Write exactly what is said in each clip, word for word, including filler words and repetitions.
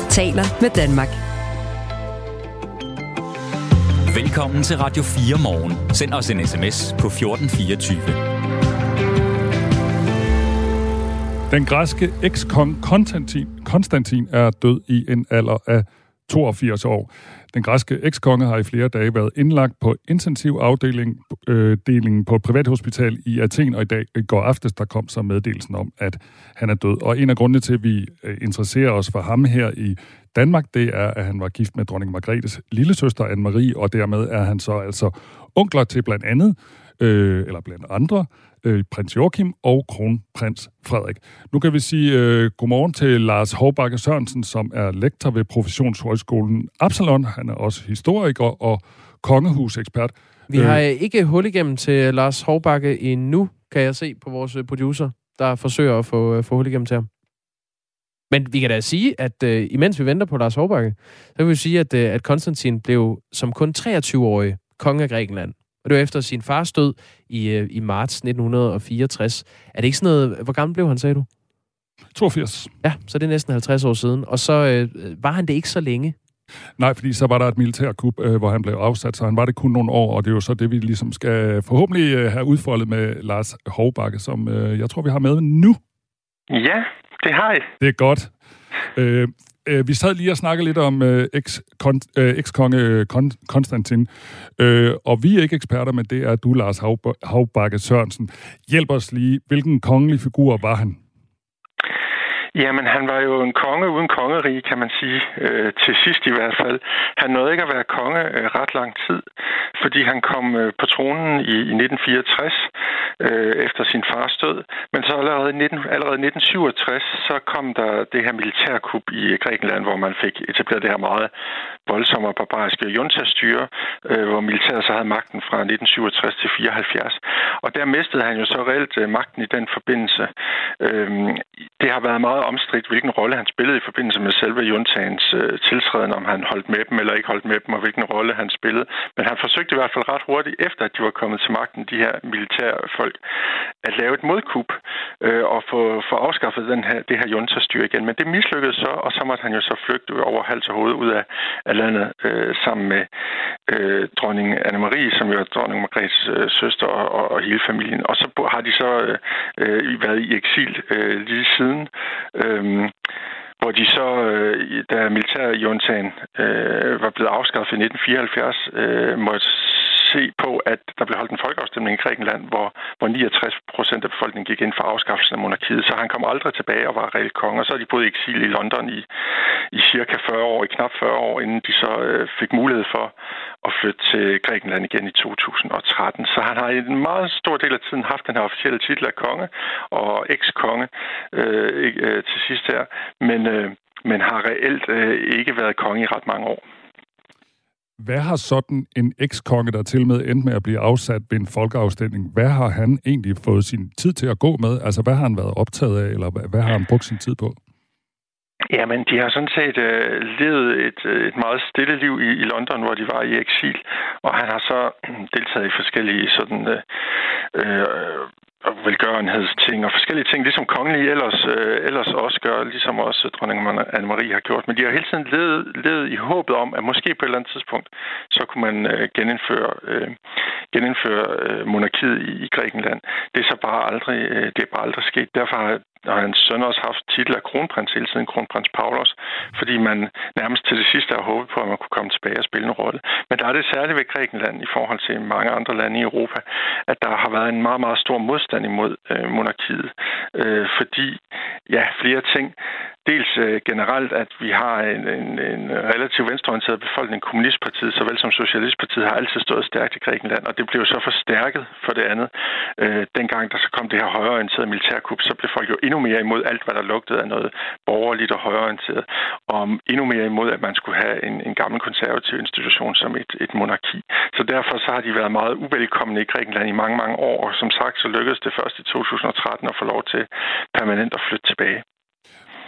taler med Danmark. Velkommen til Radio fire Morgen. Send os en sms på fjorten fireogtyve. Den græske ekskong Konstantin, Konstantin er død i en alder af toogfirs år. Den græske ekskonge har i flere dage været indlagt på intensiv afdeling øh, delingen på et privathospital i Athen, og i dag i går aftes, der kom så meddelelsen om, at han er død. Og en af grundene til, at vi øh, interesserer os for ham her i Danmark, det er, at han var gift med dronning Margrethes lillesøster Anne-Marie, og dermed er han så altså onkler til blandt andet, øh, eller blandt andre, øh, prins Joachim og kronprins Frederik. Nu kan vi sige øh, godmorgen til Lars Hovbakke Sørensen, som er lektor ved Professionshøjskolen Absalon. Han er også historiker og kongehusekspert. Vi har ikke hul igennem til Lars Hovbakke endnu, kan jeg se på vores producer, der forsøger at få, få hul igennem til ham. Men vi kan da sige, at uh, imens vi venter på Lars Hovbakke, så kan vi sige, at, uh, at Konstantin blev som kun treogtyve-årig konge af Grækenland. Og det var efter sin fars død i, uh, i marts nitten fireogtres. Er det ikke sådan noget... Hvor gammel blev han, sagde du? toogfirs. Ja, så det er næsten halvtreds år siden. Og så uh, var han det ikke så længe. Nej, fordi så var der et militærkup, øh, hvor han blev afsat, så han var det kun nogle år, og det er jo så det, vi ligesom skal forhåbentlig øh, have udfoldet med Lars Hovbakke, som øh, jeg tror, vi har med nu. Ja, det har jeg. Det er godt. Øh, øh, vi sad lige og snakkede lidt om øh, eks-kon- øh, ekskonge Kon- Konstantin, øh, og vi er ikke eksperter, men det er du, Lars Hovbakke Sørensen. Hjælp os lige. Hvilken kongelig figur var han? Jamen, han var jo en konge uden kongerige, kan man sige, øh, til sidst i hvert fald. Han nåede ikke at være konge øh, ret lang tid, fordi han kom øh, på tronen i, i nitten fireogtres øh, efter sin fars død. Men så allerede, nitten, allerede nitten syvogtres, så kom der det her militærkup i Grækenland, hvor man fik etableret det her meget voldsomme og barbariske juntastyre, øh, hvor militæret så havde magten fra nitten syvogtres til fireoghalvfjerds. Og der mistede han jo så reelt øh, magten i den forbindelse. Øh, det har været meget omstridt, hvilken rolle han spillede i forbindelse med selve juntaens øh, tiltræden, om han holdt med dem eller ikke holdt med dem, og hvilken rolle han spillede. Men han forsøgte i hvert fald ret hurtigt, efter at de var kommet til magten, de her militære folk, at lave et modkup øh, og få, få afskaffet den her, det her juntastyre igen. Men det mislykkedes så, og så måtte han jo så flygte over hals og hoved ud af, af landet øh, sammen med øh, dronning Anne-Marie, som jo er dronning Margrethes øh, søster og, og, og hele familien. Og så har de så øh, øh, været i eksil øh, lige siden. Øhm, hvor de så, øh, da militærjuntaen øh, var blevet afskaffet i nitten fireoghalvfjerds, øh, måtte se på, at der blev holdt en folkeafstemning i Grækenland, hvor, hvor niogtres procent af befolkningen gik ind for afskaffelsen af monarkiet, så han kom aldrig tilbage og var reelt konge. Og så har de boet i eksil i London i, i cirka fyrre år, i knap fyrre år, inden de så øh, fik mulighed for at flytte til Grækenland igen i to tusind og tretten. Så han har i en meget stor del af tiden haft den her officielle titel af konge og ekskonge øh, øh, til sidst her, men, øh, men har reelt øh, ikke været konge i ret mange år. Hvad har sådan en ekskonge, der til med endte med at blive afsat ved en folkeafstemning, hvad har han egentlig fået sin tid til at gå med? Altså, hvad har han været optaget af, eller hvad har han brugt sin tid på? Jamen, de har sådan set øh, levet et, et meget stille liv i, i London, hvor de var i eksil, og han har så deltaget i forskellige sådan øh, øh, velgørenhedsting og forskellige ting, ligesom kongelige ellers, øh, ellers også gør, ligesom også dronning Anne-Marie har gjort. Men de har hele tiden levet, levet i håbet om, at måske på et eller andet tidspunkt, så kunne man øh, genindføre, øh, genindføre øh, monarkiet i, i Grækenland. Det er så bare aldrig, øh, det er bare aldrig sket. Derfor har Og hans søn også haft titel af kronprins hele tiden, kronprins Paulos, fordi man nærmest til det sidste har håbet på, at man kunne komme tilbage og spille en rolle. Men der er det særligt ved Grækenland i forhold til mange andre lande i Europa, at der har været en meget, meget stor modstand imod øh, monarkiet, øh, fordi, ja, flere ting. Dels øh, generelt, at vi har en, en, en relativt venstreorienteret befolkning. Kommunistpartiet, såvel som Socialistpartiet, har altid stået stærkt i Grækenland, og det blev så forstærket for det andet. Øh, dengang der så kom det her højreorienterede militærkup, så blev folk jo endnu mere imod alt, hvad der lugtede af noget borgerligt og højreorienteret, og endnu mere imod, at man skulle have en, en gammel konservativ institution som et, et monarki. Så derfor så har de været meget uvelkomne i Grækenland i mange, mange år, og som sagt, så lykkedes det først i to tusind og tretten at få lov til permanent at flytte tilbage.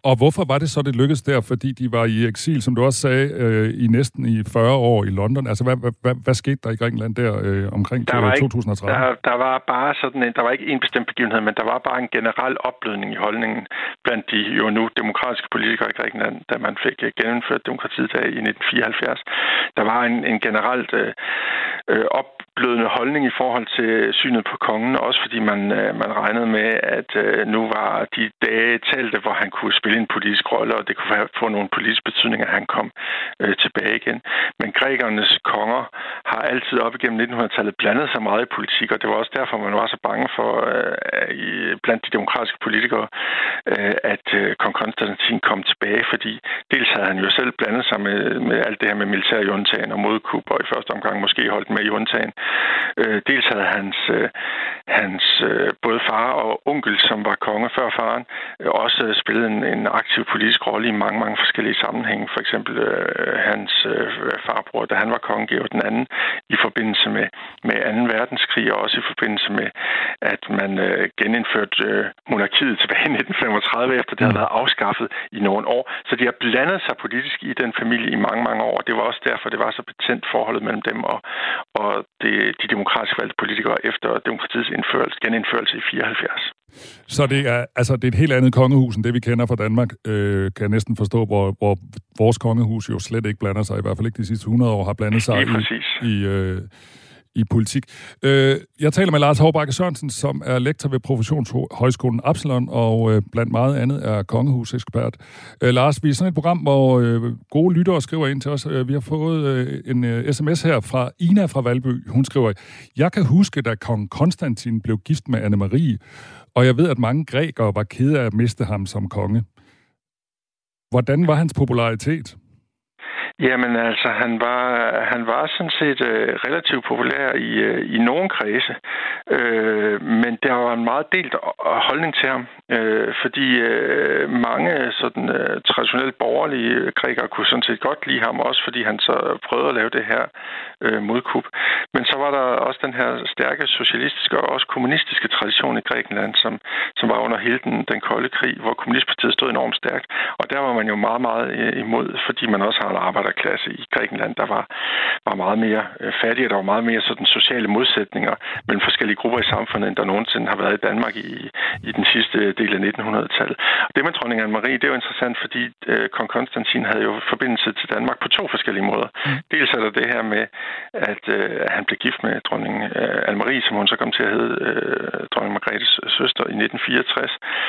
Og hvorfor var det så, det lykkedes der? Fordi de var i eksil, som du også sagde, øh, i næsten i fyrre år i London. Altså, hvad, hvad, hvad skete der i Grækenland der øh, omkring to tusind og tretten? Der, der var bare sådan en, der var ikke en bestemt begivenhed, men der var bare en generel opblødning i holdningen blandt de jo nu demokratiske politikere i Grækenland, da man fik genindført demokratiet der i nitten fireoghalvfjerds. Der var en, en generelt øh, øh, opblødende holdning i forhold til synet på kongen, også fordi man, øh, man regnede med, at øh, nu var de dage talte, hvor han kunne spille en politisk rolle, og det kunne få nogle politiske betydninger, at han kom øh, tilbage igen. Men grækernes konger har altid op igennem nitten hundrede-tallet blandet sig meget i politik, og det var også derfor, man var så bange for øh, i, blandt de demokratiske politikere, øh, at øh, kong Konstantin kom tilbage, fordi dels havde han jo selv blandet sig med, med alt det her med militærjuntagen og modkup, og i første omgang måske holdt med juntagen. Øh, dels havde hans, øh, hans øh, både far og onkel, som var konge før faren, øh, også spillet en, en aktiv politisk rolle i mange, mange forskellige sammenhænge. For eksempel øh, hans øh, farbror, da han var konge, Georg den anden, i forbindelse med, med anden verdenskrig, og også i forbindelse med, at man øh, genindførte øh, monarkiet tilbage i nitten femogtredive, efter det havde været afskaffet i nogle år. Så de har blandet sig politisk i den familie i mange, mange år. Det var også derfor, det var så betændt forholdet mellem dem og, og det, de demokratisk valgte politikere efter demokratiets indførelse, genindførelse i fireoghalvfjerds. Så det er, altså, det er et helt andet kongehus, end det vi kender fra Danmark, øh, kan jeg næsten forstå, hvor, hvor vores kongehus jo slet ikke blander sig, i hvert fald ikke de sidste hundrede år har blandet sig i, i, øh, i politik. Øh, jeg taler med Lars Hovbakke Sørensen, som er lektor ved Professionshøjskolen Absalon, og øh, blandt meget andet er kongehusekspert. Øh, Lars, vi er sådan et program, hvor øh, gode lyttere skriver ind til os. Øh, vi har fået øh, en øh, sms her fra Ina fra Valby. Hun skriver, jeg kan huske, da kong Konstantin blev gift med Anne-Marie, og jeg ved, at mange grækere var kede af at miste ham som konge. Hvordan var hans popularitet? Jamen altså, han var, han var sådan set øh, relativt populær i, øh, i nogle kredse, øh, men der var en meget delt holdning til ham, øh, fordi øh, mange sådan øh, traditionelt borgerlige grækere kunne sådan set godt lide ham, også fordi han så prøvede at lave det her øh, modkup. Men så var der også den her stærke socialistiske og også kommunistiske tradition i Grækenland, som, som var under hele den, den kolde krig, hvor kommunistpartiet stod enormt stærkt. Og der var man jo meget, meget imod, fordi man også har en arbejderklasse i Grækenland, der var, var meget mere øh, fattige, der var meget mere sådan sociale modsætninger mellem forskellige grupper i samfundet, end der nogensinde har været i Danmark i, i den sidste del af nitten hundrede-tallet. Og det med dronning Anne-Marie, det er jo interessant, fordi øh, kong Konstantin havde jo forbindelse til Danmark på to forskellige måder. Mm. Dels er der det her med, at øh, han blev gift med dronning øh, Anne-Marie, som hun så kom til at hedde øh, dronning Margrethes søster i nitten fireogtres.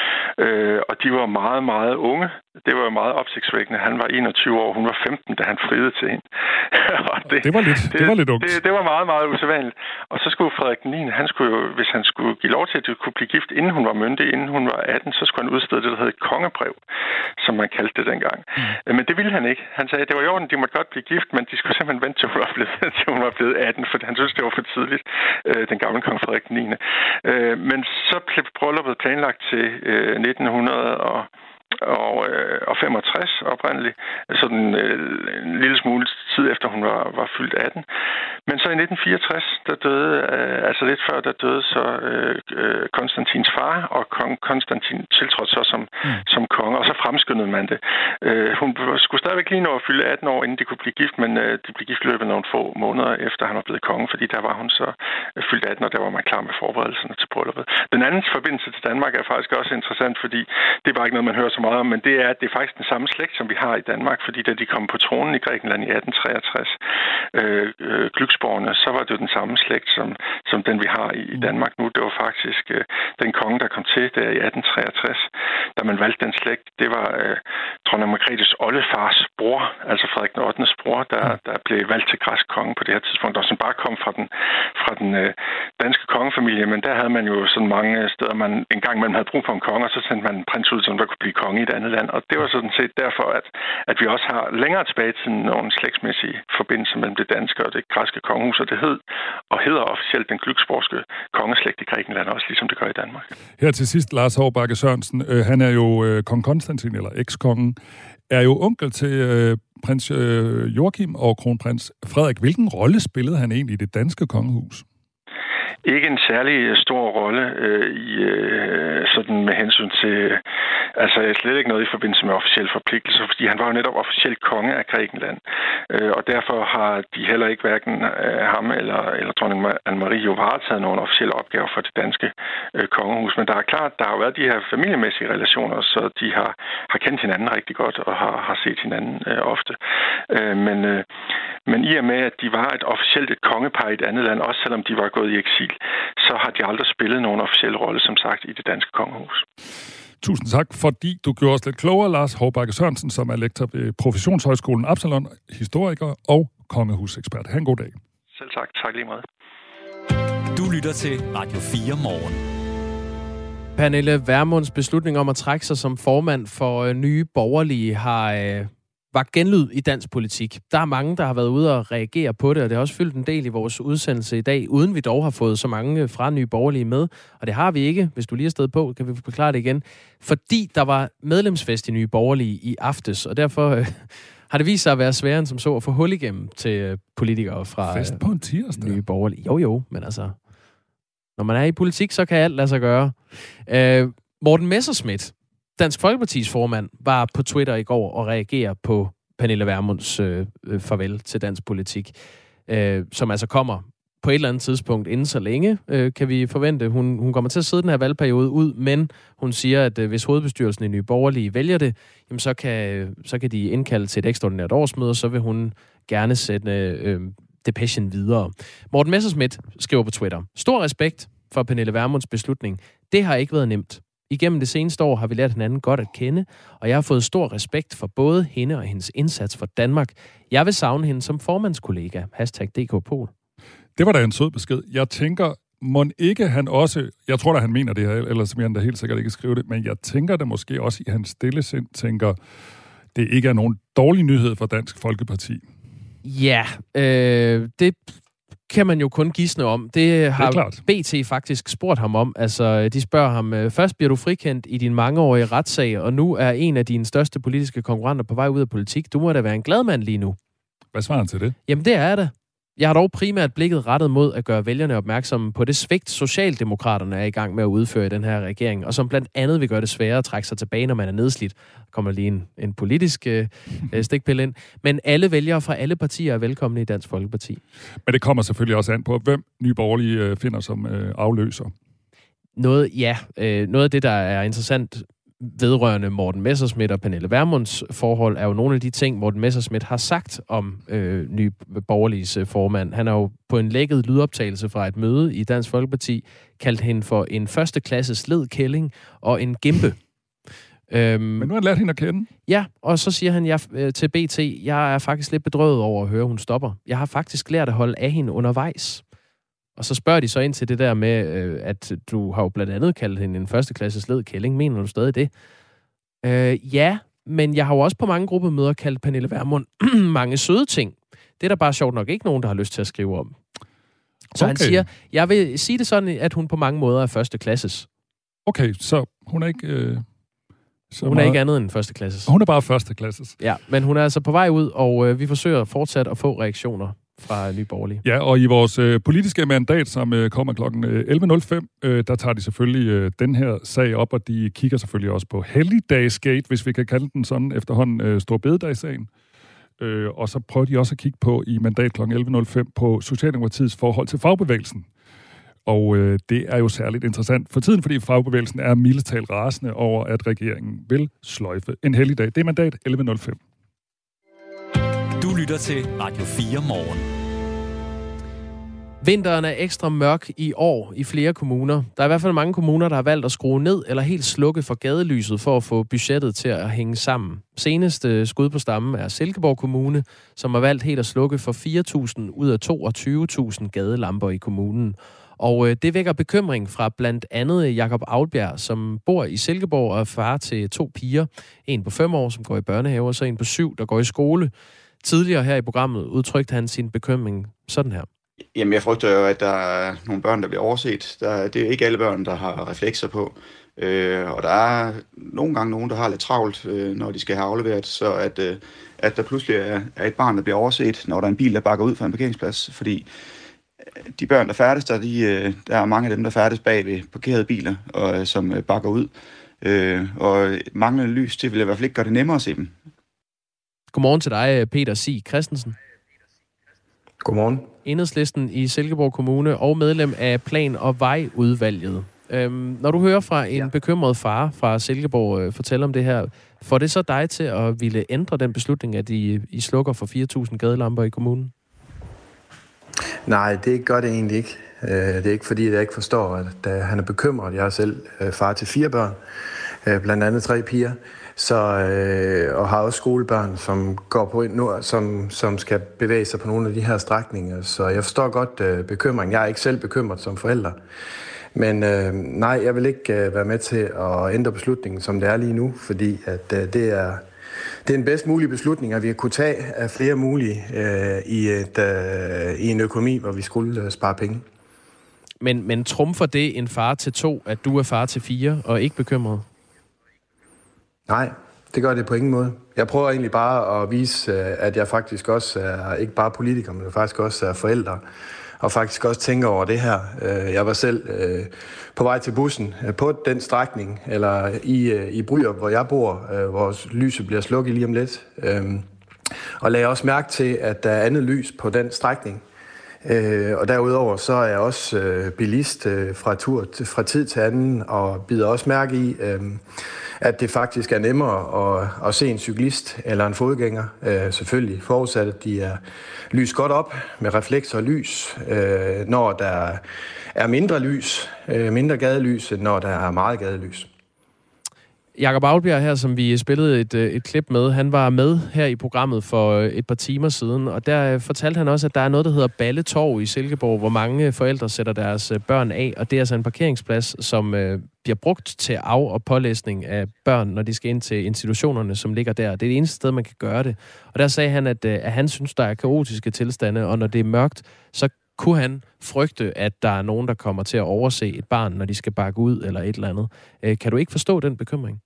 Øh, og de var meget, meget unge. Det var jo meget opsigtsvækkende. Han var enogtyve år, hun var femten, da han friede til hende. og det, det var lidt, det, det var lidt ungt. Det, det var meget, meget usædvanligt. Og så skulle Frederik den niende, han skulle jo, hvis han skulle give lov til, at de kunne blive gift, inden hun var myndig, inden hun var atten, så skulle han udstede det, der hed et kongebrev, som man kaldte det dengang. Mm. Men det ville han ikke. Han sagde, at det var i orden, de måtte godt blive gift, men de skulle simpelthen vente, til hun var blevet, til hun var blevet atten, for han synes, det var for tidligt, den gamle kong Frederik den niende. Men så blev brylluppet planlagt til nitten hundrede og Og, øh, og femogtres oprindeligt, sådan øh, en lille smule tid efter hun var, var fyldt atten. Men så i nitten fireogtres, der døde, øh, altså lidt før, der døde så øh, Konstantins far, og kong Konstantin tiltrådte så som, mm. som konge, og så fremskyndede man det. Øh, hun skulle stadigvæk lige nå at fylde atten år, inden de kunne blive gift, men øh, de blev gift løbet nogle få måneder efter, han var blevet konge, fordi der var hun så øh, fyldt atten, og der var man klar med forberedelserne til brylluppet. Den anden forbindelse til Danmark er faktisk også interessant, fordi det er bare ikke noget, man hører så meget om, men det er, at det er faktisk den samme slægt, som vi har i Danmark, fordi da de kom på tronen i Grækenland i atten treogtres, øh, øh, Glücksborgerne, så var det jo den samme slægt, som, som den vi har i, i Danmark nu. Det var faktisk øh, den konge, der kom til der i atten treogtres, da man valgte den slægt. Det var øh, dronning Margrethes oldefars bror, altså Frederik den ottendes bror, der, der blev valgt til græsk konge på det her tidspunkt, og som bare kom fra den, fra den øh, danske kongefamilie, men der havde man jo sådan mange steder, man en gang man havde brug for en konge, og så sendte man en prins ud, som der kunne blive konge i et andet land. Og det var sådan set derfor, at, at vi også har længere tilbage til nogle slægtsmæssige forbindelser mellem det danske og det græske kongehus, og det hed og hedder officielt den glücksborgske kongeslægt i Grækenland, også ligesom det gør i Danmark. Her til sidst, Lars Hovbakke Sørensen, øh, han er jo øh, kong Konstantin, eller ekskongen, er jo onkel til øh, prins øh, Joachim og kronprins Frederik. Hvilken rolle spillede han egentlig i det danske kongehus? ikke en særlig stor rolle øh, i øh, sådan med hensyn til, altså slet ikke noget i forbindelse med officielle forpligtelser, fordi han var jo netop officielt konge af Grækenland, øh, og derfor har de heller ikke hverken øh, ham eller, eller dronning Anne-Marie jo varetaget nogle officielle opgaver for det danske øh, kongehus, men der er klart, der har været de her familiemæssige relationer, så de har, har kendt hinanden rigtig godt og har, har set hinanden øh, ofte. Øh, men, øh, men i og med, at de var et officielt et kongepar i et andet land, også selvom de var gået i eksil, så har de aldrig spillet nogen officiel rolle, som sagt, i det danske kongehus. Tusind tak, fordi du gjorde os lidt klogere, Lars Hovbakke Sørensen, som er lektor ved Professionshøjskolen Absalon, historiker og kongehusekspert. Ha' en god dag. Selv tak. Tak lige meget. Du lytter til Radio fire Morgen. Pernille Vermunds beslutning om at trække sig som formand for øh, Nye Borgerlige har øh, var genlyd i dansk politik. Der er mange, der har været ude og reagere på det, og det har også fyldt en del i vores udsendelse i dag, uden vi dog har fået så mange fra Nye Borgerlige med. Og det har vi ikke. Hvis du lige er stedet på, kan vi forklare det igen. Fordi der var medlemsfest i Nye Borgerlige i aftes, og derfor øh, har det vist sig at være sværere end som så at få hul igennem til øh, politikere fra Fest på en tirsdag. Nye Borgerlige. Jo jo, men altså, når man er i politik, så kan alt lade sig gøre. Øh, Morten Messerschmidt, Dansk Folkepartis formand, var på Twitter i går og reagerer på Pernille Vermunds øh, farvel til dansk politik, øh, som altså kommer på et eller andet tidspunkt inden så længe, øh, kan vi forvente. Hun, hun kommer til at sidde den her valgperiode ud, men hun siger, at øh, hvis hovedbestyrelsen i Nye Borgerlige vælger det, jamen så kan, så kan de indkalde til et ekstraordinært årsmøde, og så vil hun gerne sætte øh, depechen videre. Morten Messerschmidt skriver på Twitter: Stor respekt for Pernille Vermunds beslutning. Det har ikke været nemt. Igennem det seneste år har vi lært hinanden godt at kende, og jeg har fået stor respekt for både hende og hendes indsats for Danmark. Jeg vil savne hende som formandskollega. Hashtag D K Pol. Det var da en sød besked. Jeg tænker, må ikke han også, jeg tror da han mener det her, ellers vil han da helt sikkert ikke skrive det, men jeg tænker det måske også i hans stille sind, tænker, det ikke er nogen dårlig nyhed for Dansk Folkeparti. Ja, øh, det kan man jo kun gisne om. Det har det B T faktisk spurgt ham om. Altså, de spørger ham, først bliver du frikendt i din mangeårige retssag, og nu er en af dine største politiske konkurrenter på vej ud af politik. Du må da være en glad mand lige nu. Hvad svarer han til det? Jamen, det er det. Jeg har dog primært blikket rettet mod at gøre vælgerne opmærksomme på det svigt, Socialdemokraterne er i gang med at udføre i den her regering, og som blandt andet vil gøre det sværere at trække sig tilbage, når man er nedslidt. Der kommer lige en, en politisk øh, stikpille ind. Men alle vælgere fra alle partier er velkomne i Dansk Folkeparti. Men det kommer selvfølgelig også an på, hvem Nye Borgerlige øh, finder som øh, afløser. Noget, ja. Øh, noget af det, der er interessant vedrørende Morten Messerschmidt og Pernille Vermunds forhold, er jo nogle af de ting, Morten Messerschmidt har sagt om øh, Nye Borgerliges øh, formand. Han har jo på en lækket lydoptagelse fra et møde i Dansk Folkeparti kaldt hende for en førsteklasses ledkælling og en gimpe. Øhm, Men nu har han lært hende at kende. Ja, og så siger han jeg, øh, til B T, jeg er faktisk lidt bedrøvet over at høre, at hun stopper. Jeg har faktisk lært at holde af hende undervejs. Og så spørger de så ind til det der med, øh, at du har jo blandt andet kaldt hende en førsteklasses ledkælling. Mener du stadig det? Øh, ja, men jeg har jo også på mange gruppemøder kaldt Pernille Vermund mange søde ting. Det er der bare sjovt nok ikke nogen, der har lyst til at skrive om. Så okay. Han siger, jeg vil sige det sådan, at hun på mange måder er førsteklasses. Okay, så hun er ikke... Øh, så hun er meget... ikke andet end førsteklasses. Hun er bare førsteklasses. Ja, men hun er altså på vej ud, og øh, vi forsøger fortsat at få reaktioner fra Nye Borgerlige. Ja, og i vores øh, politiske mandat, som øh, kommer klokken elleve nul fem, øh, der tager de selvfølgelig øh, den her sag op, og de kigger selvfølgelig også på Helligdagsgate, hvis vi kan kalde den sådan efterhånden, øh, Store Bededagssagen. Øh, og så prøver de også at kigge på i mandat klokken elleve nul fem på Socialdemokratiets forhold til fagbevægelsen. Og øh, det er jo særligt interessant for tiden, fordi fagbevægelsen er mildest talt rasende over, at regeringen vil sløjfe en helligdag. Det er mandat elleve nul fem. Du lytter til Radio fire Morgen. Vinteren er ekstra mørk i år i flere kommuner. Der er i hvert fald mange kommuner, der har valgt at skrue ned eller helt slukke for gadelyset for at få budgettet til at hænge sammen. Seneste skud på stammen er Silkeborg Kommune, som har valgt helt at slukke for fire tusind ud af toogtyve tusind gadelamper i kommunen. Og øh, det vækker bekymring fra blandt andet Jakob Aulbjerg, som bor i Silkeborg og er far til to piger. En på fem år, som går i børnehave, og så en på syv, der går i skole. Tidligere her i programmet udtrykte han sin bekymring sådan her. Jamen, jeg frygter jo, at der er nogle børn, der bliver overset. Der, det er ikke alle børn, der har reflekser på. Øh, og der er nogle gange nogen, der har lidt travlt, øh, når de skal have afleveret. Så at, øh, at der pludselig er, er et barn, der bliver overset, når der er en bil, der bakker ud fra en parkeringsplads. Fordi de børn, der færdes der, de, der er mange af dem, der færdes bag ved parkerede biler, og som bakker ud. Og manglende lys, det vil i hvert fald ikke gøre det nemmere at se dem. Godmorgen til dig, Peter Sig Christensen. Godmorgen. Enhedslisten i Silkeborg Kommune og medlem af Plan- og Vejudvalget. Øhm, når du hører fra en ja. bekymret far fra Silkeborg øh, fortælle om det her, får det så dig til at ville ændre den beslutning, at I, I slukker for fire tusind gadelamper i kommunen? Nej, det gør det egentlig ikke. Det er ikke fordi, jeg ikke forstår, at han er bekymret. Jeg er selv far til fire børn, blandt andet tre piger, så, og har også skolebørn, som går på nu, som, som skal bevæge sig på nogle af de her strækninger. Så jeg forstår godt bekymringen. Jeg er ikke selv bekymret som forælder. Men øh, nej, jeg vil ikke øh, være med til at ændre beslutningen, som det er lige nu, fordi at øh, det er det er den bedst mulige beslutning, at vi kunne tage af flere mulige øh, i, et, øh, i en økonomi, hvor vi skulle øh, spare penge. Men, men trumfer det en far til to, at du er far til fire og ikke bekymret? Nej, det gør det på ingen måde. Jeg prøver egentlig bare at vise, at jeg faktisk også er ikke bare politiker, men faktisk også er forældre. Og faktisk også tænker over det her. Jeg var selv på vej til bussen på den strækning, eller i, i Bryrup, hvor jeg bor, hvor lyset bliver slukket lige om lidt. Og lagde også mærke til, at der er andet lys på den strækning. Og derudover så er jeg også bilist fra, tur, fra tid til anden, og bider også mærke i, at det faktisk er nemmere at, at se en cyklist eller en fodgænger, øh, selvfølgelig forudsat, at de er lys godt op med reflekser og lys, øh, når der er mindre lys, øh, mindre gadelys, end når der er meget gadelys. Jakob Aulbjerg her, som vi spillede et, et klip med, han var med her i programmet for et par timer siden, og der fortalte han også, at der er noget, der hedder Balletorv i Silkeborg, hvor mange forældre sætter deres børn af, og det er altså en parkeringsplads, som øh, bliver brugt til af- og pålæsning af børn, når de skal ind til institutionerne, som ligger der. Det er det eneste sted, man kan gøre det. Og der sagde han, at, at han synes, der er kaotiske tilstande, og når det er mørkt, så kunne han frygte, at der er nogen, der kommer til at overse et barn, når de skal bakke ud eller et eller andet. Kan du ikke forstå den bekymring?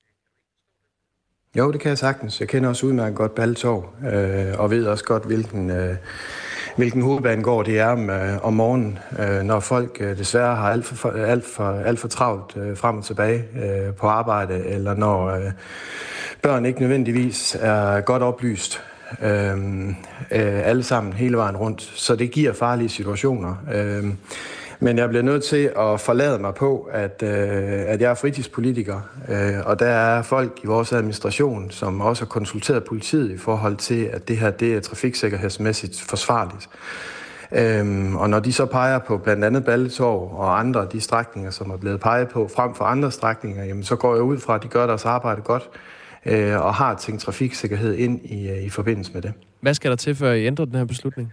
Jo, det kan jeg sagtens. Jeg kender også udmærket godt Balletorv, øh, og ved også godt, hvilken, øh, hvilken hovedbanegård det er om, øh, om morgenen, øh, når folk øh, desværre har alt for, alt for, alt for travlt øh, frem og tilbage øh, på arbejde, eller når øh, børn ikke nødvendigvis er godt oplyst. Øh, øh, alle sammen hele vejen rundt. Så det giver farlige situationer. Øh, Men jeg bliver nødt til at forlade mig på, at, øh, at jeg er fritidspolitiker, øh, og der er folk i vores administration, som også har konsulteret politiet i forhold til, at det her det er trafiksikkerhedsmæssigt forsvarligt. Øhm, og når de så peger på blandt andet Balletorv og andre de strækninger, som er blevet peget på frem for andre strækninger, jamen, så går jeg ud fra, at de gør deres arbejde godt øh, og har tænkt trafiksikkerhed ind i, i forbindelse med det. Hvad skal der til, før I ændrer den her beslutning?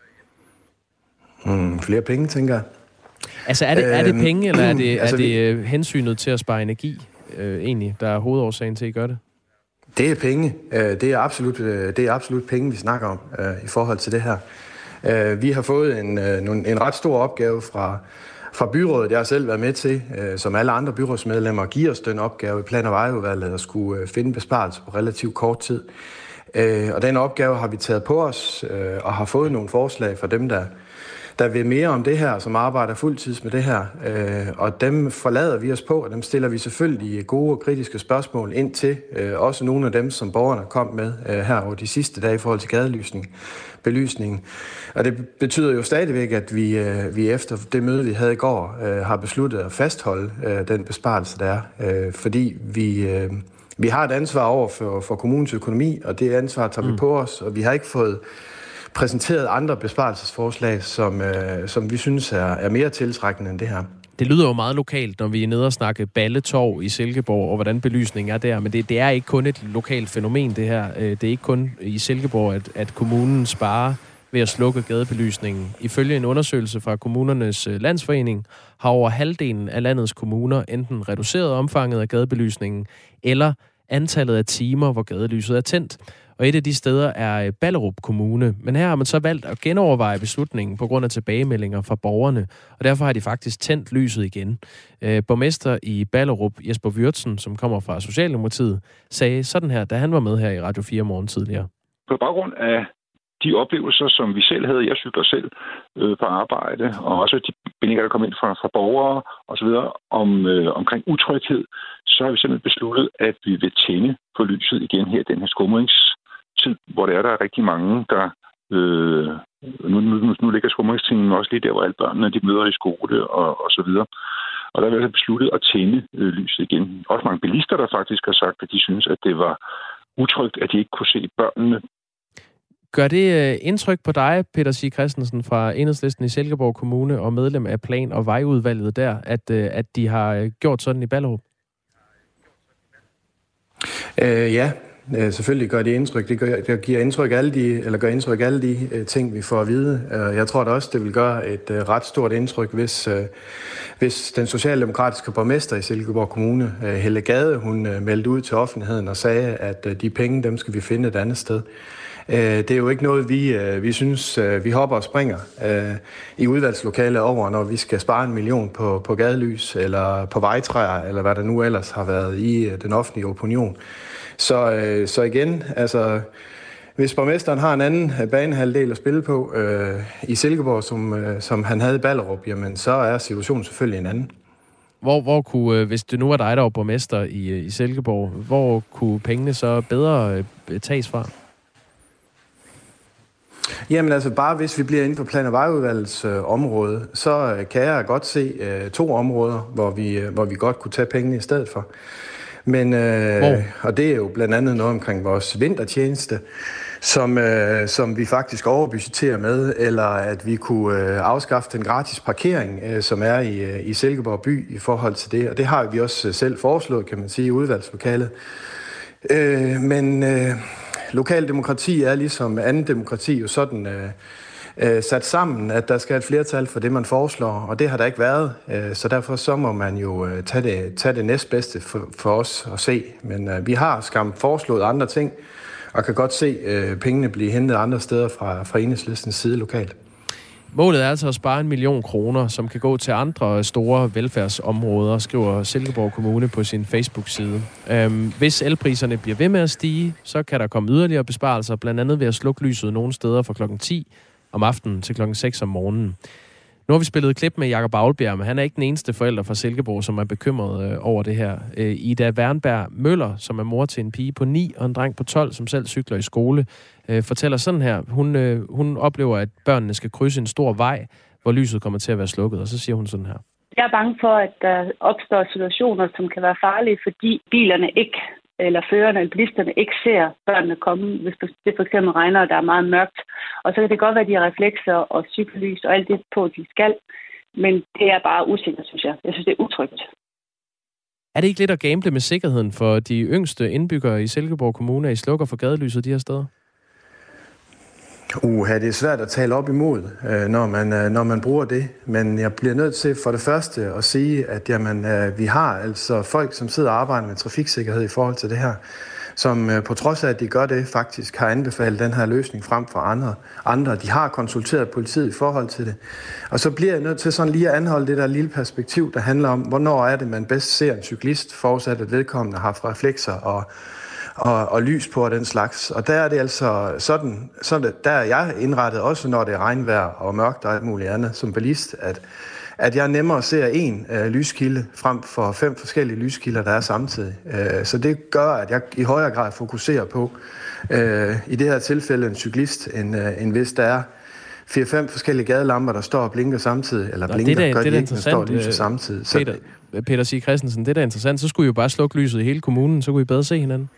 Hmm, flere penge, tænker jeg. Altså, er det, er det penge, eller er det, altså, er det hensynet til at spare energi, øh, egentlig, der er hovedårsagen til, at I gør det? Det er penge. Det er absolut, det er absolut penge, vi snakker om øh, i forhold til det her. Øh, vi har fået en, en ret stor opgave fra, fra byrådet, jeg har selv været med til, øh, som alle andre byrådsmedlemmer, giver os den opgave i Plan- og Vejudvalget at skulle øh, finde besparelser på relativt kort tid. Øh, og den opgave har vi taget på os øh, og har fået nogle forslag fra dem, der der vil mere om det her, som arbejder fuldtids med det her, øh, og dem forlader vi os på, og dem stiller vi selvfølgelig gode og kritiske spørgsmål ind til, øh, også nogle af dem, som borgerne kom med øh, her over de sidste dage i forhold til gadelysning, belysning. Og det betyder jo stadigvæk, at vi, øh, vi efter det møde, vi havde i går, øh, har besluttet at fastholde øh, den besparelse, der er, øh, fordi vi, øh, vi har et ansvar over for, for kommunens økonomi, og det ansvar tager mm. vi på os, og vi har ikke fået præsenteret andre besparelsesforslag, som, øh, som vi synes er, er mere tiltrækkende end det her. Det lyder jo meget lokalt, når vi er nede og snakke Balletorv i Silkeborg, og hvordan belysningen er der, men det, det er ikke kun et lokalt fænomen, det her. Det er ikke kun i Silkeborg, at, at kommunen sparer ved at slukke gadebelysningen. Ifølge en undersøgelse fra Kommunernes Landsforening har over halvdelen af landets kommuner enten reduceret omfanget af gadebelysningen, eller antallet af timer, hvor gadelyset er tændt. Og et af de steder er Ballerup Kommune. Men her har man så valgt at genoverveje beslutningen på grund af tilbagemeldinger fra borgerne. Og derfor har de faktisk tændt lyset igen. Øh, borgmester i Ballerup, Jesper Würtzen, som kommer fra Socialdemokratiet, sagde sådan her, da han var med her i Radio fire Morgen tidligere. På baggrund af de oplevelser, som vi selv havde, jeg cykler selv øh, på arbejde, og også de bindinger, der kom ind fra, fra borgere osv. Om, øh, omkring utryghed, så har vi simpelthen besluttet, at vi vil tænde på lyset igen her i den her skumringstid, hvor der er, der er rigtig mange, der... Øh, nu, nu, nu ligger skumringstiden også lige der, hvor alle børnene de møder i skole og, og så videre. Og der har vi altså besluttet at tænde øh, lyset igen. Også mange bilister, der faktisk har sagt, at de synes, at det var utrygt, at de ikke kunne se børnene. Gør det indtryk på dig, Peter Sig Christensen fra Enhedslisten i Silkeborg Kommune og medlem af Plan- og Vejudvalget der, at, at de har gjort sådan i Ballerup? Øh, ja, selvfølgelig gør det indtryk. Det, gør, det giver indtryk alle de, eller gør indtryk alle de ting, vi får at vide. Jeg tror da også, det vil gøre et ret stort indtryk, hvis, hvis den socialdemokratiske borgmester i Silkeborg Kommune, Helle Gade, hun meldte ud til offentligheden og sagde, at de penge, dem skal vi finde et andet sted. Det er jo ikke noget, vi, vi synes, vi hopper og springer i udvalgslokalet over, når vi skal spare en million på, på gadelys eller på vejtræer, eller hvad der nu ellers har været i den offentlige opinion. Så, så igen, altså, hvis borgmesteren har en anden banehalvdel at spille på øh, i Silkeborg, som, øh, som han havde i Ballerup, jamen, så er situationen selvfølgelig en anden. Hvor, hvor kunne, hvis det nu var dig, der var borgmester i, i Silkeborg, hvor kunne pengene så bedre øh, tages fra? Jamen altså, bare hvis vi bliver inden for Plan- og Vejudvalgets øh, område, så øh, kan jeg godt se øh, to områder, hvor vi, øh, hvor vi godt kunne tage pengene i stedet for. Men, øh, og det er jo blandt andet noget omkring vores vintertjeneste, som, øh, som vi faktisk overbudgeterer med, eller at vi kunne øh, afskaffe den gratis parkering, øh, som er i, øh, i Silkeborg by i forhold til det. Og det har vi også selv foreslået, kan man sige, i udvalgslokalet. Øh, men øh, lokaldemokrati er ligesom anden demokrati jo sådan... Øh, sat sammen, at der skal et flertal for det, man foreslår, og det har der ikke været, så derfor så må man jo tage det, tage det næstbedste for, for os at se. Men uh, vi har skam foreslået andre ting, og kan godt se uh, pengene blive hentet andre steder fra, fra Enhedslistens side lokalt. Målet er altså at spare en million kroner, som kan gå til andre store velfærdsområder, skriver Silkeborg Kommune på sin Facebook-side. Øhm, hvis elpriserne bliver ved med at stige, så kan der komme yderligere besparelser, blandt andet ved at slukke lyset nogle steder fra klokken ti om aftenen til klokken seks om morgenen. Nu har vi spillet et klip med Jakob Aulbjerg, men han er ikke den eneste forælder fra Silkeborg, som er bekymret øh, over det her. Øh, Ida Wernberg Møller, som er mor til en pige på ni og en dreng på tolv, som selv cykler i skole, øh, fortæller sådan her. Hun, øh, hun oplever, at børnene skal krydse en stor vej, hvor lyset kommer til at være slukket, og så siger hun sådan her. Jeg er bange for, at der opstår situationer, som kan være farlige, fordi bilerne ikke eller førerne eller bilisterne ikke ser børnene komme, hvis det for eksempel regner, og der er meget mørkt. Og så kan det godt være, at de har reflekser og cykellys og alt det på, de skal. Men det er bare usikkert, synes jeg. Jeg synes, det er utrygt. Er det ikke lidt at gamble med sikkerheden for de yngste indbyggere i Silkeborg Kommune, at I slukker for gadelyset de her steder? Uha, det er svært at tale op imod, når man, når man bruger det. Men jeg bliver nødt til for det første at sige, at jamen, vi har altså folk, som sidder og arbejder med trafiksikkerhed i forhold til det her, som på trods af, at de gør det, faktisk har anbefalet den her løsning frem for andre. andre. De har konsulteret politiet i forhold til det. Og så bliver jeg nødt til sådan lige at anholde det der lille perspektiv, der handler om, hvornår er det, man bedst ser en cyklist, forudsat at vedkommende har reflekser og Og, og lys på og den slags. Og der er det altså sådan, sådan der er jeg indrettet, også når det er regnvejr og mørkt og alt muligt andet som bilist, at, at jeg nemmere ser en øh, lyskilde frem for fem forskellige lyskilder, der er samtidig. Øh, så det gør, at jeg i højere grad fokuserer på, øh, i det her tilfælde en cyklist, end, øh, end hvis der er fire-fem forskellige gadelamper, der står og blinker samtidig, eller Nå, blinker, det er da, gør det de er ikke, der står og lyser samtidig. Så... Peter, Peter Sig Christensen, det er da interessant. Så skulle I jo bare slukke lyset i hele kommunen, så kunne I bedre se hinanden.